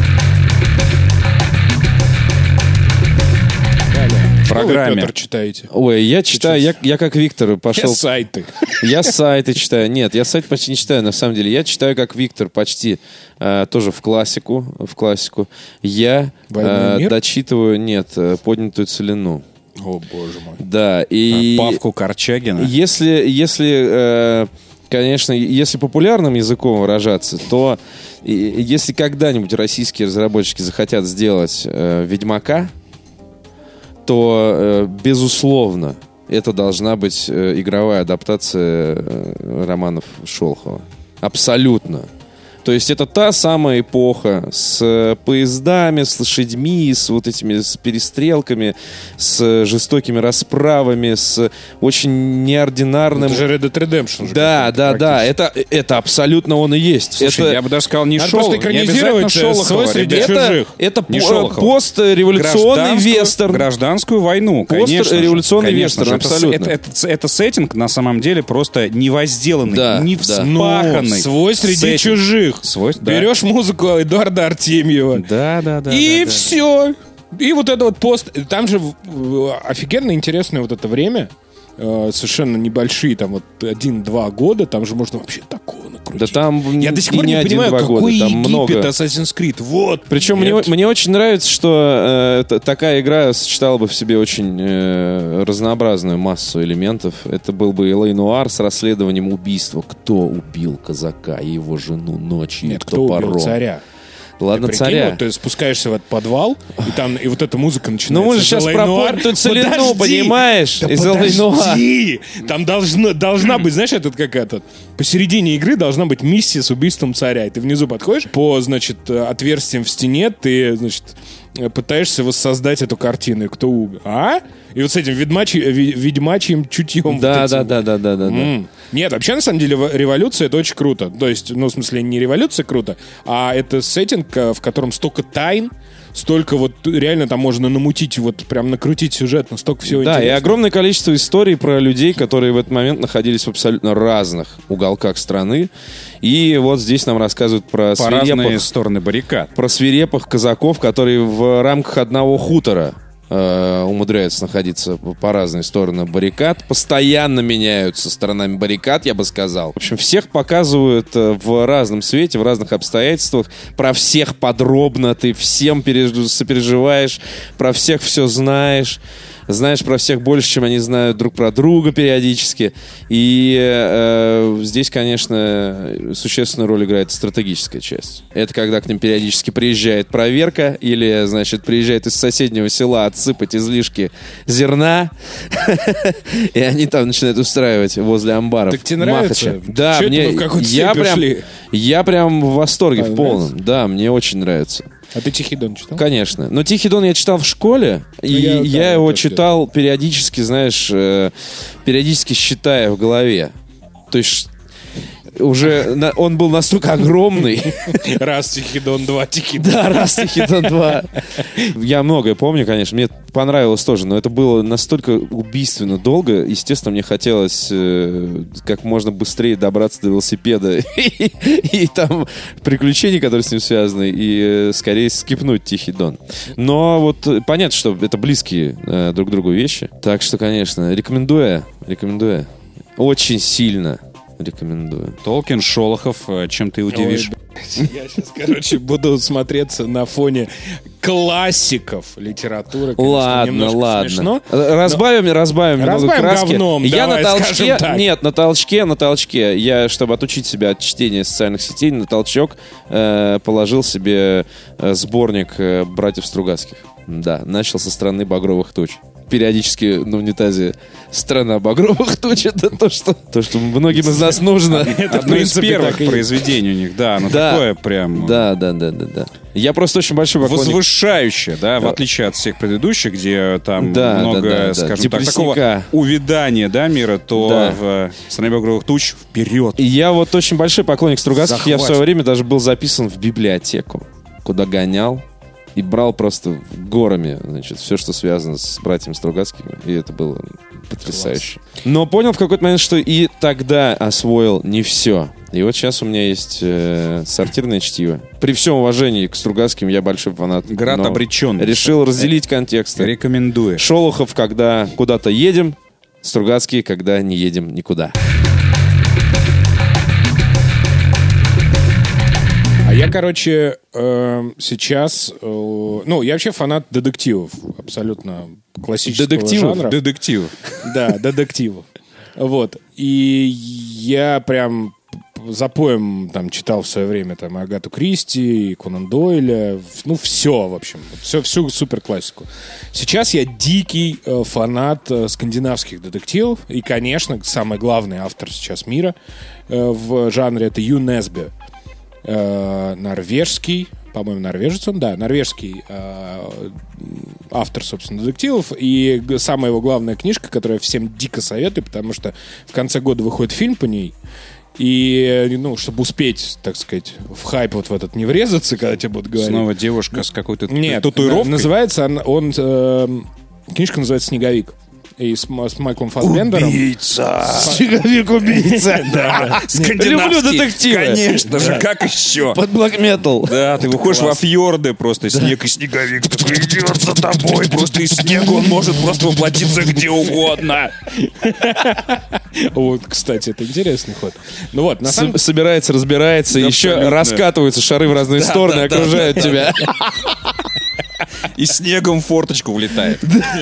Speaker 3: В
Speaker 1: Что вы,
Speaker 3: программе.
Speaker 1: Петр, читаете?
Speaker 2: Ой, я читаю, я, я как Виктор пошел...
Speaker 1: Я сайты.
Speaker 2: Я сайты читаю. Нет, я сайт почти не читаю, на самом деле. Я читаю, как Виктор, почти э, тоже в классику. В классику. Я
Speaker 1: «Война и
Speaker 2: э,
Speaker 1: мир»?
Speaker 2: дочитываю, нет, э, «Поднятую целину».
Speaker 1: О, боже мой.
Speaker 2: Да, и...
Speaker 3: Павку Корчагина.
Speaker 2: Если, если э, конечно, если популярным языком выражаться, то и- если когда-нибудь российские разработчики захотят сделать э, «Ведьмака», то, э, безусловно, это должна быть э, игровая адаптация э, романов Шолохова. Абсолютно. То есть это та самая эпоха с э, поездами, с лошадьми, с вот этими с перестрелками, с жестокими расправами, с очень неординарным...
Speaker 1: Это же Red Dead Redemption. же
Speaker 2: Да,
Speaker 1: какой-то
Speaker 2: да, да,
Speaker 1: практически.
Speaker 2: это, это абсолютно он и есть.
Speaker 3: Слушай,
Speaker 2: это,
Speaker 3: я бы даже сказал не
Speaker 1: Надо
Speaker 3: Шолохова,
Speaker 1: просто
Speaker 3: не
Speaker 1: экранизировать,
Speaker 3: обязательно
Speaker 1: э,
Speaker 3: Шолохова,
Speaker 1: «Свой среди
Speaker 3: ребят.
Speaker 2: это,
Speaker 1: чужих».
Speaker 2: это
Speaker 3: Не
Speaker 2: по-
Speaker 3: Шолохова.
Speaker 2: постреволюционный
Speaker 3: Гражданскую-
Speaker 2: вестерн.
Speaker 3: Гражданскую войну, конечно. же.
Speaker 2: Постреволюционный
Speaker 3: Конечно
Speaker 2: вестерн,
Speaker 3: же. Это с-
Speaker 2: абсолютно.
Speaker 3: Это, это, это сеттинг, на самом деле, просто невозделанный,
Speaker 2: Да,
Speaker 3: не
Speaker 2: да.
Speaker 3: вспаханный.
Speaker 1: Ну, «Свой среди
Speaker 3: сеттинг.
Speaker 1: чужих».
Speaker 3: Свой, да.
Speaker 1: Берешь музыку Эдуарда Артемьева.
Speaker 3: Да, да, да.
Speaker 1: И
Speaker 3: да, да.
Speaker 1: все. И вот это вот пост. Там же в- офигенно интересное вот это время. Э, Совершенно небольшие, там вот один-два года. Там же можно вообще такого накрутить.
Speaker 2: Да там
Speaker 1: Я до сих
Speaker 2: и
Speaker 1: пор
Speaker 2: не
Speaker 1: не понимаю,
Speaker 2: один-два года,
Speaker 1: какой
Speaker 2: там
Speaker 1: Египет
Speaker 2: много.
Speaker 1: Assassin's Creed. Вот.
Speaker 2: Причем мне,
Speaker 1: Нет.
Speaker 2: мне очень нравится, что э, т- такая игра сочетала бы в себе очень э, разнообразную массу элементов. Это был бы Л А. Нуар с расследованием убийства. Кто убил казака и его жену ночью?
Speaker 1: Нет,
Speaker 2: и
Speaker 1: кто
Speaker 2: кто
Speaker 1: убил
Speaker 2: порол?
Speaker 1: царя?
Speaker 2: Ладно,
Speaker 1: Прикинь,
Speaker 2: царя.
Speaker 1: вот ты спускаешься в этот подвал, и там и вот эта музыка начинается.
Speaker 2: Ну, мы же
Speaker 1: из
Speaker 2: сейчас
Speaker 1: Л А.
Speaker 2: про
Speaker 1: Нуар.
Speaker 2: Поднятую целину,
Speaker 1: Подожди!
Speaker 2: понимаешь?
Speaker 1: Да
Speaker 2: Из Л А. Нуар.
Speaker 1: подожди! Там должно, должна быть, знаешь, этот как этот, посередине игры должна быть миссия с убийством царя. И ты внизу подходишь по, значит, отверстиям в стене, ты, значит, пытаешься воссоздать эту картину. И кто убил? А? И вот с этим ведьмачи- ви- ведьмачьим чутьем.
Speaker 2: Да,
Speaker 1: вот
Speaker 2: да,
Speaker 1: этим.
Speaker 2: да, да, да, да, да.
Speaker 1: М. Нет, вообще, на самом деле, в- революция — это очень круто. То есть, ну, в смысле, не революция круто, а это сеттинг, э, в котором столько тайн, столько вот реально там можно намутить, вот прям накрутить сюжетно, столько всего
Speaker 2: Да, и
Speaker 1: интересного.
Speaker 2: огромное количество историй про людей, которые в этот момент находились в абсолютно разных уголках страны. И вот здесь нам рассказывают про
Speaker 3: По разные
Speaker 2: свирепых,
Speaker 3: стороны баррикад.
Speaker 2: про свирепых казаков, которые в рамках одного хутора э, умудряются находиться по разные стороны баррикад, постоянно меняются сторонами баррикад, я бы сказал. В общем, всех показывают э, в разном свете, в разных обстоятельствах, про всех подробно, ты всем переж- сопереживаешь, про всех все знаешь. Знаешь про всех больше, чем они знают друг про друга периодически. И э, здесь, конечно, существенную роль играет стратегическая часть. Это когда к ним периодически приезжает проверка или, значит, приезжает из соседнего села отсыпать излишки зерна, и они там начинают устраивать возле амбаров.
Speaker 1: Так тебе нравится?
Speaker 2: Да, мне я прям я прям в восторге в полном. Да, мне очень нравится.
Speaker 1: А ты «Тихий Дон» читал?
Speaker 2: Конечно. Но «Тихий Дон» я читал в школе, и я, я да, его читал периодически, знаешь, э, периодически считая в голове. То есть уже на, он был настолько огромный.
Speaker 1: Раз «Тихий Дон», два «Тихий Дон».
Speaker 2: Да, раз «Тихий Дон», два. Я многое помню, конечно. Мне понравилось тоже, но это было настолько убийственно долго. Естественно, мне хотелось э, как можно быстрее добраться до велосипеда и, и там приключений, которые с ним связаны, и э, скорее скипнуть «Тихий Дон». Но вот понятно, что это близкие э, друг другу вещи. Так что, конечно, рекомендую, рекомендую. Очень сильно рекомендую.
Speaker 3: Толкин, Шолохов, чем ты удивишь?
Speaker 1: Ой, я сейчас, короче, буду смотреться на фоне классиков литературы. Конечно,
Speaker 2: ладно, ладно.
Speaker 1: Смешно,
Speaker 2: разбавим, но... разбавим,
Speaker 1: разбавим
Speaker 2: немного краски.
Speaker 1: Говном,
Speaker 2: я
Speaker 1: давай,
Speaker 2: на толчке, нет, на толчке, на толчке. Я, чтобы отучить себя от чтения социальных сетей, на толчок э, положил себе э, сборник э, братьев Стругацких. Да, начал со «Страны багровых туч». Периодически на унитазе «Страна багровых туч» — это то, что, то, что многим из нас нужно.
Speaker 3: Это одно из первых произведений у них, да, оно такое прям...
Speaker 2: Да, да, да, да, да. Я просто очень большой поклонник.
Speaker 3: Возвышающее, да, в отличие от всех предыдущих, где там много, скажем так, такого увядания, да, мира, то в «Стране багровых туч» вперед.
Speaker 2: Я вот очень большой поклонник Стругацких. Я в свое время даже был записан в библиотеку, куда гонял. И брал просто горами, значит, все, что связано с братьями Стругацкими. И это было потрясающе. Класс. Но понял в какой-то момент, что и тогда освоил не все. И вот сейчас у меня есть э, сортирное чтиво. При всем уважении к Стругацким я большой фанат.
Speaker 3: Град обречен.
Speaker 2: Решил разделить контексты.
Speaker 3: Рекомендую.
Speaker 2: Шолохов, когда куда-то едем. Стругацкие, когда не едем никуда.
Speaker 1: Я, короче, э, сейчас... Э, ну, я вообще фанат детективов. Абсолютно классического
Speaker 2: детективов?
Speaker 1: жанра.
Speaker 3: Детективов.
Speaker 1: Да, детективов. Вот. И я прям запоем там читал в свое время там Агату Кристи, Конан Дойля. Ну, все, в общем. Все, всю суперклассику. Сейчас я дикий э, фанат э, скандинавских детективов. И, конечно, самый главный автор сейчас мира э, в жанре — это Ю Несбе. Э, норвежский, по-моему, норвежец он, да, норвежский э, автор, собственно, детективов. И самая его главная книжка, которую я всем дико советую, потому что в конце года выходит фильм по ней. И, ну, чтобы успеть, так сказать, в хайп вот в этот не врезаться, когда тебе будут говорить.
Speaker 3: Снова девушка с какой-то
Speaker 1: Нет,
Speaker 3: татуировкой?
Speaker 1: Называется он, он э, книжка называется «Снеговик». И с, с Майклом Фассбендером.
Speaker 3: Убийца!
Speaker 2: Снеговик-убийца!
Speaker 3: Да,
Speaker 2: люблю детективы.
Speaker 3: Конечно же, как еще?
Speaker 2: Под блэк-метал.
Speaker 3: Да, ты выходишь во фьорды, просто снег и снеговик идет за тобой, просто из снега он может просто воплотиться где угодно.
Speaker 1: Вот, кстати, это интересный ход. Ну вот, на самом...
Speaker 2: Собирается, разбирается, еще раскатываются шары в разные стороны, окружают тебя.
Speaker 3: И снегом в форточку влетает.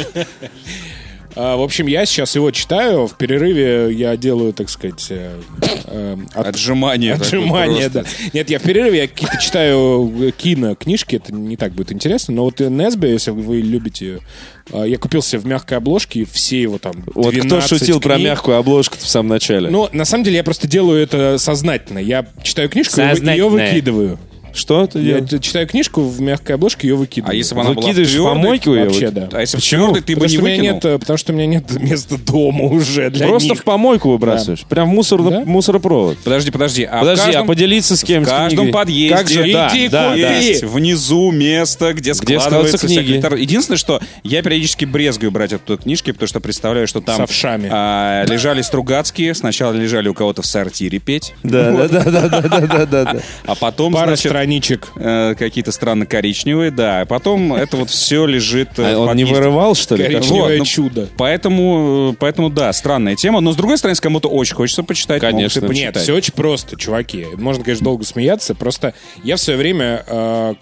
Speaker 1: В общем, я сейчас его читаю. В перерыве я делаю, так сказать... Э, э, от...
Speaker 3: Отжимания.
Speaker 1: Отжимания, да. Нет, я в перерыве я какие-то читаю кинокнижки. Это не так будет интересно. Но вот Несбе, если вы любите... Я купил себе в мягкой обложке все его там
Speaker 2: Вот кто шутил
Speaker 1: книг.
Speaker 2: Про мягкую обложку в самом начале?
Speaker 1: Ну, на самом деле, я просто делаю это сознательно. Я читаю книжку и ее выкидываю.
Speaker 2: Что ты
Speaker 1: Я
Speaker 2: делаешь?
Speaker 1: читаю книжку в мягкой обложке, ее выкидываю.
Speaker 3: А если бы она
Speaker 2: Выкидываешь
Speaker 3: была
Speaker 2: в помойку ее?
Speaker 1: Вообще, да.
Speaker 3: А если бы твердой, ты бы не
Speaker 1: потому, что
Speaker 3: выкинул?
Speaker 1: нет, потому что у меня нет места дома уже для
Speaker 2: Просто
Speaker 1: них.
Speaker 2: в помойку выбрасываешь. Да. Прям в мусор,
Speaker 1: Да?
Speaker 2: мусоропровод.
Speaker 3: Подожди, подожди. А
Speaker 2: Подожди,
Speaker 3: в каждом,
Speaker 2: а поделиться с кем?
Speaker 3: в каждом подъезде
Speaker 2: Как же? Да,
Speaker 1: Иди
Speaker 2: да,
Speaker 1: купи.
Speaker 2: да.
Speaker 3: есть внизу место, где,
Speaker 2: Где
Speaker 3: складывается
Speaker 2: складываются книги.
Speaker 3: всякая... Единственное, что я периодически брезгую брать оттуда книжки, потому что представляю, что там
Speaker 1: С овшами.
Speaker 3: а, лежали Стругацкие, сначала лежали у кого-то в сортире петь,
Speaker 2: Да, да, да, да, да, да, да.
Speaker 3: а потом,
Speaker 1: Пара
Speaker 3: значит,
Speaker 1: страничек.
Speaker 3: Э, какие-то странно коричневые, да. А потом это вот все лежит...
Speaker 2: А он не вырывал, что ли?
Speaker 1: Коричневое
Speaker 3: ну,
Speaker 1: чудо.
Speaker 3: Поэтому, поэтому, да, странная тема. Но, с другой стороны, если кому-то очень хочется почитать,
Speaker 2: Конечно.
Speaker 3: могут и
Speaker 1: Нет,
Speaker 3: почитать.
Speaker 1: все очень просто, чуваки. Можно, конечно, долго смеяться. Просто я в свое время э,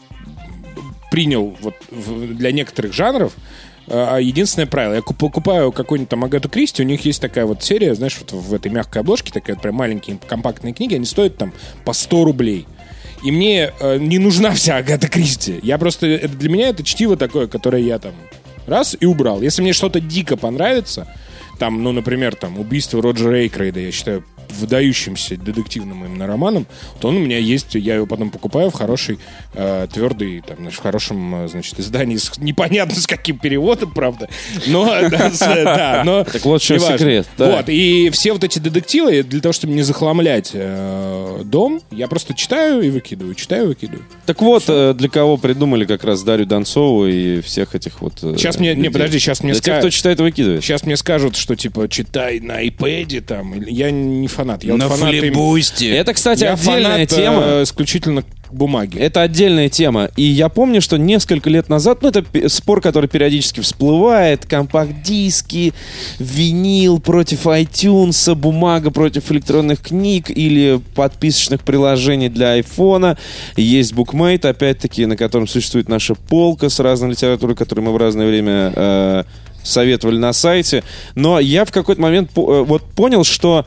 Speaker 1: принял вот в- для некоторых жанров э, единственное правило. Я куп- покупаю какую-нибудь там Агату Кристи, у них есть такая вот серия, знаешь, вот в этой мягкой обложке, такая вот прям маленькие компактные книги, они стоят там по сто рублей. И мне э, не нужна вся Агата Кристи. Я просто... Это, для меня это чтиво такое, которое я там раз и убрал. Если мне что-то дико понравится, там, ну, например, там, «Убийство Роджера Эйкройда», я считаю, выдающимся детективным именно романом, то он у меня есть, я его потом покупаю в хороший, э, твердый, там, значит, в хорошем, э, значит, издании, с, непонятно с каким переводом, правда, но, да, с- да, но...
Speaker 2: Так вот в чем
Speaker 1: неважно.
Speaker 2: секрет, да.
Speaker 1: Вот, и все вот эти детективы, для того, чтобы не захламлять э, дом, я просто читаю и выкидываю, читаю и выкидываю.
Speaker 2: Так вот, э, для кого придумали как раз Дарью Донцову и всех этих вот... э,
Speaker 1: Сейчас мне- не,
Speaker 2: людей.
Speaker 1: подожди, сейчас мне
Speaker 2: Для тех,
Speaker 1: ска-
Speaker 2: кто читает и выкидывает.
Speaker 1: Сейчас мне скажут, что, типа, читай на iPad там, или- я не фанат. Я
Speaker 3: На
Speaker 1: вот фанат им-
Speaker 3: флибусте.
Speaker 2: Это, кстати,
Speaker 1: Я
Speaker 2: отдельная
Speaker 1: фанат,
Speaker 2: тема.
Speaker 1: э, исключительно бумаги.
Speaker 2: Это отдельная тема. И я помню, что несколько лет назад, ну, это пи- спор, который периодически всплывает, компакт-диски, винил против iTunes, бумага против электронных книг или подписочных приложений для айфона. Есть букмейт, опять-таки, на котором существует наша полка с разной литературой, которую мы в разное время э, советовали на сайте. Но я в какой-то момент по- э, вот понял, что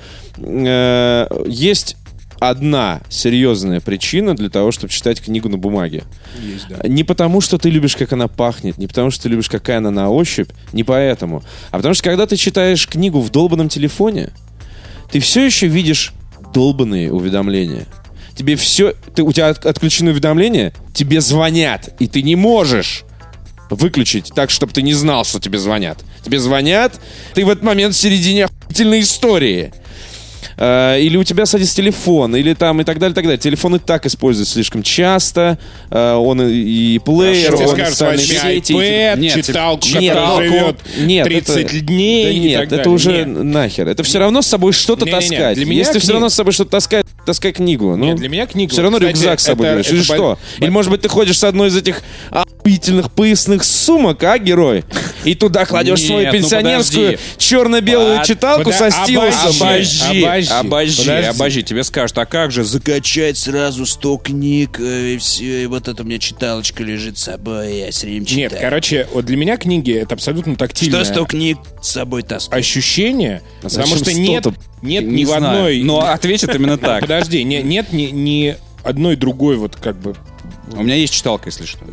Speaker 2: э, есть одна серьезная причина для того, чтобы читать книгу на бумаге.
Speaker 1: Есть, да.
Speaker 2: Не потому, что ты любишь, как она пахнет, не потому, что ты любишь, какая она на ощупь, не поэтому. А потому что, когда ты читаешь книгу в долбанном телефоне, ты все еще видишь долбанные уведомления. Тебе все... Ты, у тебя от- отключены уведомления, тебе звонят, и ты не можешь выключить так, чтобы ты не знал, что тебе звонят. Тебе звонят, ты в этот момент в середине охуительной истории. Э, Или у тебя садится телефон, или там и так далее, и так далее. Телефон и так используют слишком часто. Э, Он и, и плеер,
Speaker 1: Что тебе
Speaker 2: он и
Speaker 1: скажут,
Speaker 2: социальные
Speaker 1: возьми
Speaker 2: сети.
Speaker 1: iPad,
Speaker 3: Нет,
Speaker 1: читалку,
Speaker 2: нет,
Speaker 1: которая
Speaker 2: но-
Speaker 1: живет
Speaker 2: нет,
Speaker 1: тридцать
Speaker 2: это-
Speaker 1: дней
Speaker 2: Да
Speaker 1: и
Speaker 2: нет,
Speaker 1: так
Speaker 2: это
Speaker 1: далее.
Speaker 2: уже
Speaker 1: Нет.
Speaker 2: нахер. Это все равно с собой что-то
Speaker 1: Не-не-не,
Speaker 2: таскать.
Speaker 1: для меня
Speaker 2: Если ты все
Speaker 1: книга-
Speaker 2: равно с собой что-то таскать, таскай книгу. Ну,
Speaker 1: Нет, для меня книга,
Speaker 2: все равно
Speaker 1: кстати,
Speaker 2: рюкзак с собой
Speaker 1: это-
Speaker 2: берешь.
Speaker 1: это
Speaker 2: Или
Speaker 1: бо-
Speaker 2: что?
Speaker 1: бо-
Speaker 2: Или, может быть, ты ходишь с одной из этих охуительных поясных сумок, а, герой? И туда кладешь
Speaker 3: Нет,
Speaker 2: свою
Speaker 3: ну
Speaker 2: пенсионерскую
Speaker 3: подожди.
Speaker 2: черно-белую
Speaker 3: Под-
Speaker 2: читалку
Speaker 1: пода-
Speaker 2: со стилусом.
Speaker 1: обожди.
Speaker 3: Обожди,
Speaker 1: Обожди.
Speaker 3: обожди,
Speaker 1: Подожди.
Speaker 3: обожди. Тебе скажут, а как же закачать сразу сто книг, э, и все, и вот это у меня читалочка лежит с собой, я все время читаю.
Speaker 1: Нет, короче, вот для меня книги — это абсолютно тактильное
Speaker 3: Что сто книг с собой таскать?
Speaker 1: ощущение,
Speaker 2: А
Speaker 1: потому
Speaker 2: зачем
Speaker 1: что нет,
Speaker 2: сто-то?
Speaker 1: нет
Speaker 3: Не
Speaker 1: ни в
Speaker 3: знаю,
Speaker 1: одной...
Speaker 3: но ответит именно так.
Speaker 1: Подожди, не- нет ни, ни одной другой вот как бы
Speaker 3: У меня есть читалка, если что.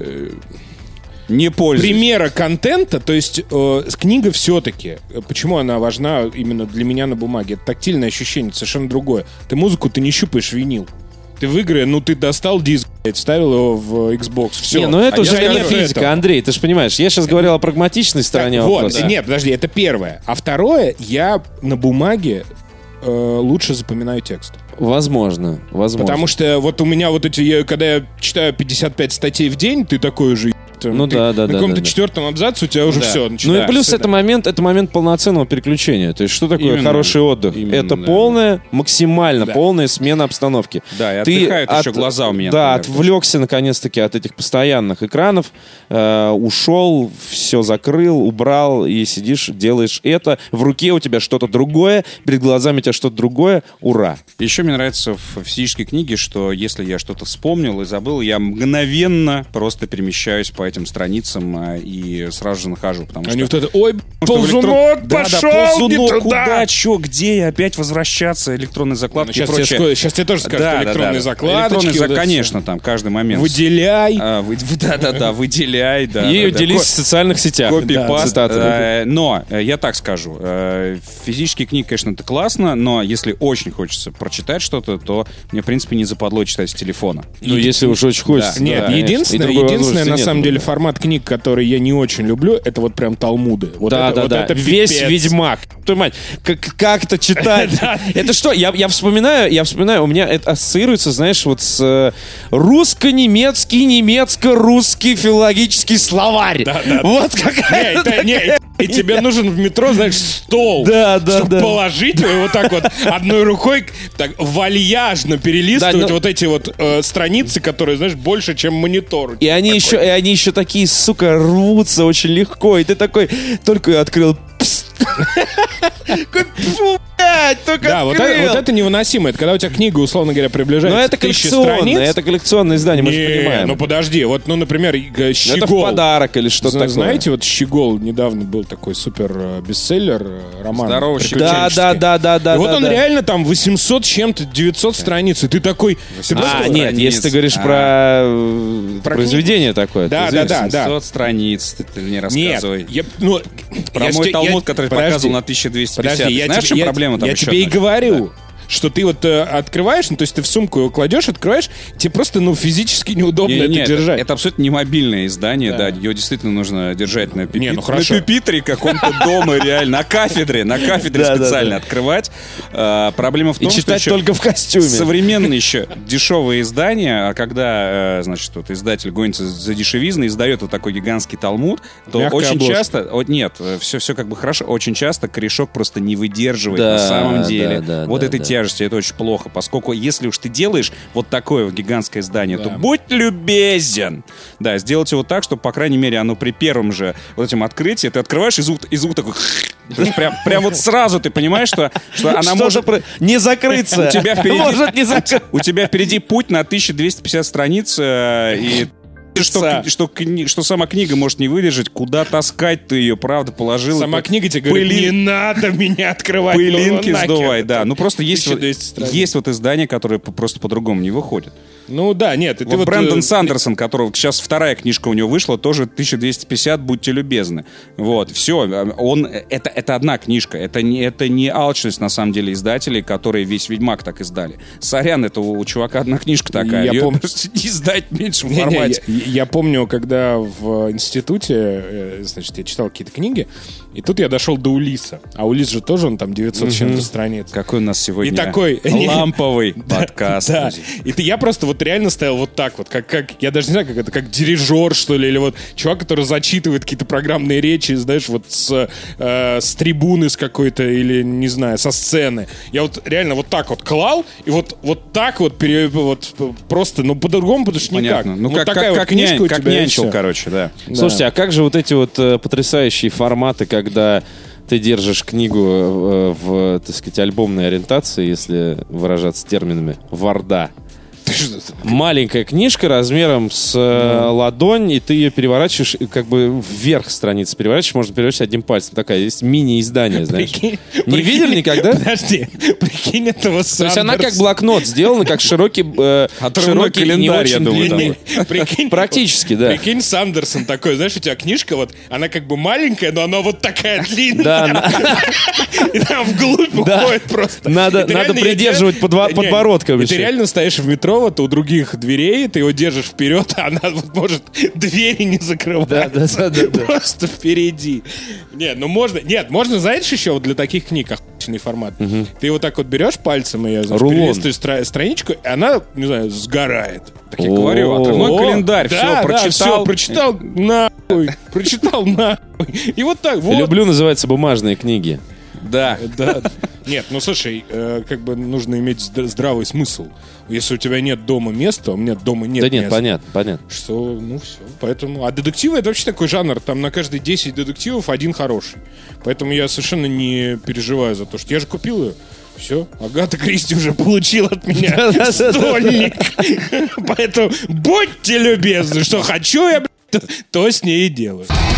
Speaker 3: Не пользуюсь.
Speaker 1: примера контента, то есть э, книга все-таки, почему она важна именно для меня на бумаге, это тактильное ощущение, совершенно другое. Ты музыку, ты не щупаешь винил. Ты в игры, ну ты достал диск, блядь, вставил его в Xbox, все.
Speaker 2: Не, ну это
Speaker 1: А
Speaker 2: уже
Speaker 1: я
Speaker 2: не
Speaker 1: говорю
Speaker 2: физика,
Speaker 1: это.
Speaker 2: Андрей, ты же понимаешь. Я сейчас говорил о прагматичной стороне
Speaker 1: Так, вот,
Speaker 2: вопроса.
Speaker 1: нет, подожди, это первое. А второе, я на бумаге э, лучше запоминаю текст.
Speaker 2: Возможно, возможно.
Speaker 1: Потому что вот у меня вот эти, я, когда я читаю пятьдесят пять статей в день, ты такой же,
Speaker 2: Ну
Speaker 1: ты
Speaker 2: да, да,
Speaker 1: на
Speaker 2: да,
Speaker 1: каком-то
Speaker 2: да, да.
Speaker 1: четвертом абзаце у тебя уже
Speaker 3: Да.
Speaker 1: все
Speaker 2: Ну
Speaker 1: начинается.
Speaker 2: и плюс
Speaker 1: Да.
Speaker 2: это момент, это момент полноценного переключения. То есть что такое
Speaker 3: Именно.
Speaker 2: хороший отдых?
Speaker 3: Именно,
Speaker 2: это
Speaker 3: да.
Speaker 2: полная, максимально
Speaker 1: Да.
Speaker 2: полная смена обстановки.
Speaker 3: Да, и
Speaker 2: Ты
Speaker 3: отдыхают еще
Speaker 2: от-
Speaker 3: глаза у меня.
Speaker 2: Да,
Speaker 3: например.
Speaker 2: отвлекся наконец-таки от этих постоянных экранов, э, ушел, все закрыл, убрал и сидишь, делаешь это. В руке у тебя что-то другое, перед глазами у тебя что-то другое. Ура!
Speaker 3: Еще мне нравится в физической книге, что если я что-то вспомнил и забыл, я мгновенно просто перемещаюсь по этим страницам а, и сразу же нахожу. Потому
Speaker 1: Они
Speaker 3: что,
Speaker 1: вот это, ой,
Speaker 3: потому что в
Speaker 1: ползунок
Speaker 3: электрон- Да, да,
Speaker 1: пошел не
Speaker 3: ползунок,
Speaker 1: туда.
Speaker 3: куда, что, где, и опять возвращаться, электронные закладки
Speaker 1: Сейчас
Speaker 3: и
Speaker 1: тебе,
Speaker 3: прочее.
Speaker 1: ско- сейчас тебе тоже скажут,
Speaker 3: Да, да,
Speaker 1: электронные
Speaker 3: да.
Speaker 1: закладочки.
Speaker 3: Электронные
Speaker 1: вот
Speaker 3: зак-
Speaker 1: это
Speaker 3: конечно, там каждый
Speaker 1: всё.
Speaker 3: момент.
Speaker 1: Выделяй.
Speaker 3: А, вы- Да-да-да, выделяй. Да,
Speaker 2: и
Speaker 3: да, да.
Speaker 2: делись
Speaker 3: Ко-
Speaker 2: в социальных сетях.
Speaker 3: Копипаст.
Speaker 2: Цитаты.
Speaker 3: Э, Но, э, я так скажу, э, физические книги, конечно, это классно, но если очень хочется прочитать что-то, то мне, в принципе, не западло читать с телефона.
Speaker 2: Ну, если уж очень хочется.
Speaker 3: Да.
Speaker 1: Нет,
Speaker 2: да, конечно.
Speaker 1: единственное,
Speaker 2: И другой
Speaker 1: единственное
Speaker 2: возможности
Speaker 1: на
Speaker 2: нет.
Speaker 1: самом деле формат книг, который я не очень люблю, это вот прям талмуды. Вот
Speaker 2: Да,
Speaker 1: это,
Speaker 2: да,
Speaker 1: вот
Speaker 2: да.
Speaker 1: это
Speaker 2: Весь
Speaker 1: пипец.
Speaker 2: Ведьмак. твою мать, как, как-то читать. Это что? Я, я вспоминаю, я вспоминаю, у меня это ассоциируется, знаешь, вот с э, русско-немецкий, немецко-русский филологический словарь.
Speaker 1: Да, да.
Speaker 2: Вот какая.
Speaker 1: Не, это- не, и тебе нужен в метро, знаешь, стол.
Speaker 2: Да, да,
Speaker 1: чтобы
Speaker 2: да.
Speaker 1: положить его и вот так вот одной рукой так вальяжно перелистывать
Speaker 2: Да, но-
Speaker 1: вот эти вот э, страницы, которые, знаешь, больше, чем монитор.
Speaker 2: И они еще, и они еще такие, сука, рвутся очень легко. И ты такой, только открыл. пс. Такой, фу, блядь, только
Speaker 1: Да, вот это,
Speaker 2: открыл.
Speaker 1: вот это невыносимо. Это когда у тебя книга, условно говоря, приближается
Speaker 2: Но это
Speaker 1: к тысяче
Speaker 2: коллекционное,
Speaker 1: страниц.
Speaker 2: это коллекционное издание, мы же
Speaker 1: Не,
Speaker 2: понимаем.
Speaker 1: ну подожди, вот, ну, например, э,
Speaker 2: Это в
Speaker 1: «Щегол».
Speaker 2: подарок или что-то
Speaker 1: Зна-
Speaker 2: такое.
Speaker 1: Знаете, вот «Щегол» недавно был такой супер э, бестселлер, э, роман.
Speaker 3: Здорово,
Speaker 2: Да,
Speaker 1: приключенческий.
Speaker 2: да, да, да, да.
Speaker 1: И вот
Speaker 2: да,
Speaker 1: он
Speaker 2: да.
Speaker 1: реально там восемьсот с чем-то, девятьсот страниц, и ты такой... ты
Speaker 2: А,
Speaker 1: просто-
Speaker 2: нет, если ты говоришь
Speaker 3: А.
Speaker 2: про э,
Speaker 1: Про
Speaker 2: произведение такое.
Speaker 1: Да,
Speaker 2: то
Speaker 1: да,
Speaker 2: известно.
Speaker 1: да.
Speaker 3: семьсот страниц, ты, ты мне
Speaker 1: Нет,
Speaker 3: рассказывай.
Speaker 1: я, ну,
Speaker 3: Про
Speaker 1: я ж
Speaker 3: мой
Speaker 1: те-
Speaker 3: Талмуд,
Speaker 1: я-
Speaker 3: который
Speaker 1: подожди,
Speaker 3: показывал на тысяча двести пятьдесят.
Speaker 1: Подожди, я
Speaker 3: Знаешь, в
Speaker 1: тебе,
Speaker 3: чем
Speaker 1: я,
Speaker 3: проблема там
Speaker 1: я
Speaker 3: еще
Speaker 1: тебе и
Speaker 3: одна?
Speaker 1: говорю, что ты вот э, открываешь, ну, то есть ты в сумку его кладешь, открываешь, тебе просто, ну, физически неудобно
Speaker 3: Не,
Speaker 1: это
Speaker 3: не, это,
Speaker 1: держать.
Speaker 3: это абсолютно не мобильное издание,
Speaker 1: Да.
Speaker 3: да. Ее действительно нужно держать на, пипи-
Speaker 1: Не, ну
Speaker 3: на
Speaker 1: хорошо.
Speaker 3: пюпитре каком-то дома, реально, на кафедре, на кафедре
Speaker 2: Да, да,
Speaker 3: специально
Speaker 2: да.
Speaker 3: открывать. А, проблема в
Speaker 2: И
Speaker 3: том, что
Speaker 2: читать
Speaker 3: еще
Speaker 2: только в костюме.
Speaker 3: современные еще дешевые издания, а когда, э, значит, вот издатель гонится за дешевизной, издает вот такой гигантский талмуд, то
Speaker 1: Мягкая
Speaker 3: очень
Speaker 1: обложка.
Speaker 3: часто, вот нет, все, все как бы хорошо, очень часто корешок просто не выдерживает
Speaker 2: Да,
Speaker 3: на самом
Speaker 2: да,
Speaker 3: деле.
Speaker 2: да,
Speaker 3: вот
Speaker 2: да,
Speaker 3: этой
Speaker 2: да.
Speaker 3: тяжести, это очень плохо, поскольку если уж ты делаешь вот такое вот гигантское издание,
Speaker 1: Да.
Speaker 3: то будь любезен. Да, сделайте вот так, чтобы, по крайней мере, оно при первом же вот этим открытии, ты открываешь, и звук, и звук такой... То есть прям, прям вот сразу ты понимаешь, что, что она
Speaker 2: Что
Speaker 3: может...
Speaker 2: же про- не закрыться.
Speaker 3: У тебя впереди...
Speaker 2: Может не закрыться.
Speaker 3: У тебя впереди путь на тысяча двести пятьдесят страниц, э, и что, что, кни- что сама книга может не выдержать, куда таскать ты ее, правда, положил.
Speaker 1: Сама
Speaker 3: и
Speaker 1: книга тебе говорит,
Speaker 3: пыли-
Speaker 1: не надо меня открывать.
Speaker 3: Пылинки
Speaker 1: ну, нахер.
Speaker 3: сдувай, да. Ну просто есть вот,
Speaker 1: тысяча двести страниц.
Speaker 3: есть вот издания, которые по- просто по-другому не выходят.
Speaker 1: Ну да, нет. И ты
Speaker 3: Вот
Speaker 1: вот,
Speaker 3: Брэндон
Speaker 1: э,
Speaker 3: Сандерсон, которого сейчас вторая книжка у него вышла, тоже тысяча двести пятьдесят, будьте любезны. Вот, все. Он, это, это одна книжка. Это не, это не алчность, на самом деле, издателей, которые весь «Ведьмак» так издали. Сорян, это у чувака одна книжка такая.
Speaker 1: Я
Speaker 3: Её
Speaker 1: помню.
Speaker 3: просто не издать в меньшем
Speaker 1: Не-не,
Speaker 3: формате.
Speaker 1: Я, я помню, когда в институте, э, значит, я читал какие-то книги, и тут я дошел до Улиса. А Улис же тоже, он там девятьсот с чем-то страниц.
Speaker 3: Какой у нас сегодня
Speaker 1: И такой-
Speaker 3: ламповый подкаст.
Speaker 1: Да,
Speaker 3: друзья.
Speaker 1: и ты, я просто вот реально стоял вот так вот, как, как, я даже не знаю, как это, как дирижер, что ли, или вот чувак, который зачитывает какие-то программные речи, знаешь, вот с, э, с трибуны с какой-то, или, не знаю, со сцены. Я вот реально вот так вот клал, и вот, вот так вот, пере, вот просто, ну, по-другому, потому что никак.
Speaker 3: Понятно. Ну,
Speaker 1: Вот
Speaker 3: как,
Speaker 1: такая
Speaker 3: как,
Speaker 1: вот
Speaker 3: как,
Speaker 1: книжка
Speaker 3: нянь-
Speaker 1: у
Speaker 3: как
Speaker 1: тебя, и
Speaker 3: нянчил,
Speaker 1: всё.
Speaker 3: короче, да.
Speaker 1: Да.
Speaker 2: Слушайте, а как же вот эти вот э, потрясающие форматы, когда ты держишь книгу э, в, так сказать, альбомной ориентации, если выражаться терминами, ворда. Маленькая книжка размером с э, ладонь, и ты ее переворачиваешь, и как бы вверх страницы переворачиваешь, можно переворачивать одним пальцем. Такая есть мини-издание, знаешь.
Speaker 1: Прикинь-
Speaker 2: Не
Speaker 1: прикинь-
Speaker 2: видели никогда?
Speaker 1: Подожди, прикинь этого
Speaker 2: То есть она как блокнот сделана, как широкий, э,
Speaker 3: Отрывной
Speaker 2: широкий и не
Speaker 3: календарь, я
Speaker 2: очень
Speaker 3: думаю, там
Speaker 2: длинный.
Speaker 3: будет.
Speaker 1: Прикинь,
Speaker 2: Практически, да.
Speaker 1: Прикинь, Сандерсон такой, знаешь, у тебя книжка, вот, она как бы маленькая, но она вот такая длинная.
Speaker 2: Да, на-
Speaker 1: И там вглубь
Speaker 2: Да.
Speaker 1: уходит просто.
Speaker 2: Надо-
Speaker 1: И ты
Speaker 2: надо
Speaker 1: реально
Speaker 2: придерживать
Speaker 1: ее-
Speaker 2: подво-
Speaker 1: Не,
Speaker 2: подбородком
Speaker 1: И
Speaker 2: еще.
Speaker 1: ты реально стоишь в метро, вот у других дверей, ты его держишь вперед, а она вот может двери не закрывать.
Speaker 2: Да, да, да, да, да.
Speaker 1: Просто впереди. Нет, ну можно... Нет, можно, знаешь, еще вот для таких книг охуительный формат. Ты его так вот берешь пальцем, и я, значит,
Speaker 2: Рулон.
Speaker 1: перелистываю стра- страничку, и она, не знаю, сгорает.
Speaker 3: Так я говорю, отрывной
Speaker 1: О,
Speaker 3: календарь,
Speaker 1: да,
Speaker 3: все,
Speaker 1: да,
Speaker 3: прочитал.
Speaker 1: всё, прочитал, нахуй, прочитал, нахуй. И вот так, вот.
Speaker 2: Люблю, называется, бумажные книги.
Speaker 3: Да.
Speaker 1: Да. Нет, ну слушай, э, как бы нужно иметь зд- здравый смысл. Если у тебя нет дома места, у меня дома нет
Speaker 2: Да нет,
Speaker 1: места.
Speaker 2: понятно, понятно.
Speaker 1: Что, ну все, поэтому... А детективы — это вообще такой жанр, там на каждые десять детективов один хороший. Поэтому я совершенно не переживаю за то, что я же купил ее. Все, Агата Кристи уже получил от меня стольник. Поэтому будьте любезны, что хочу я, блядь, то с ней и делаю.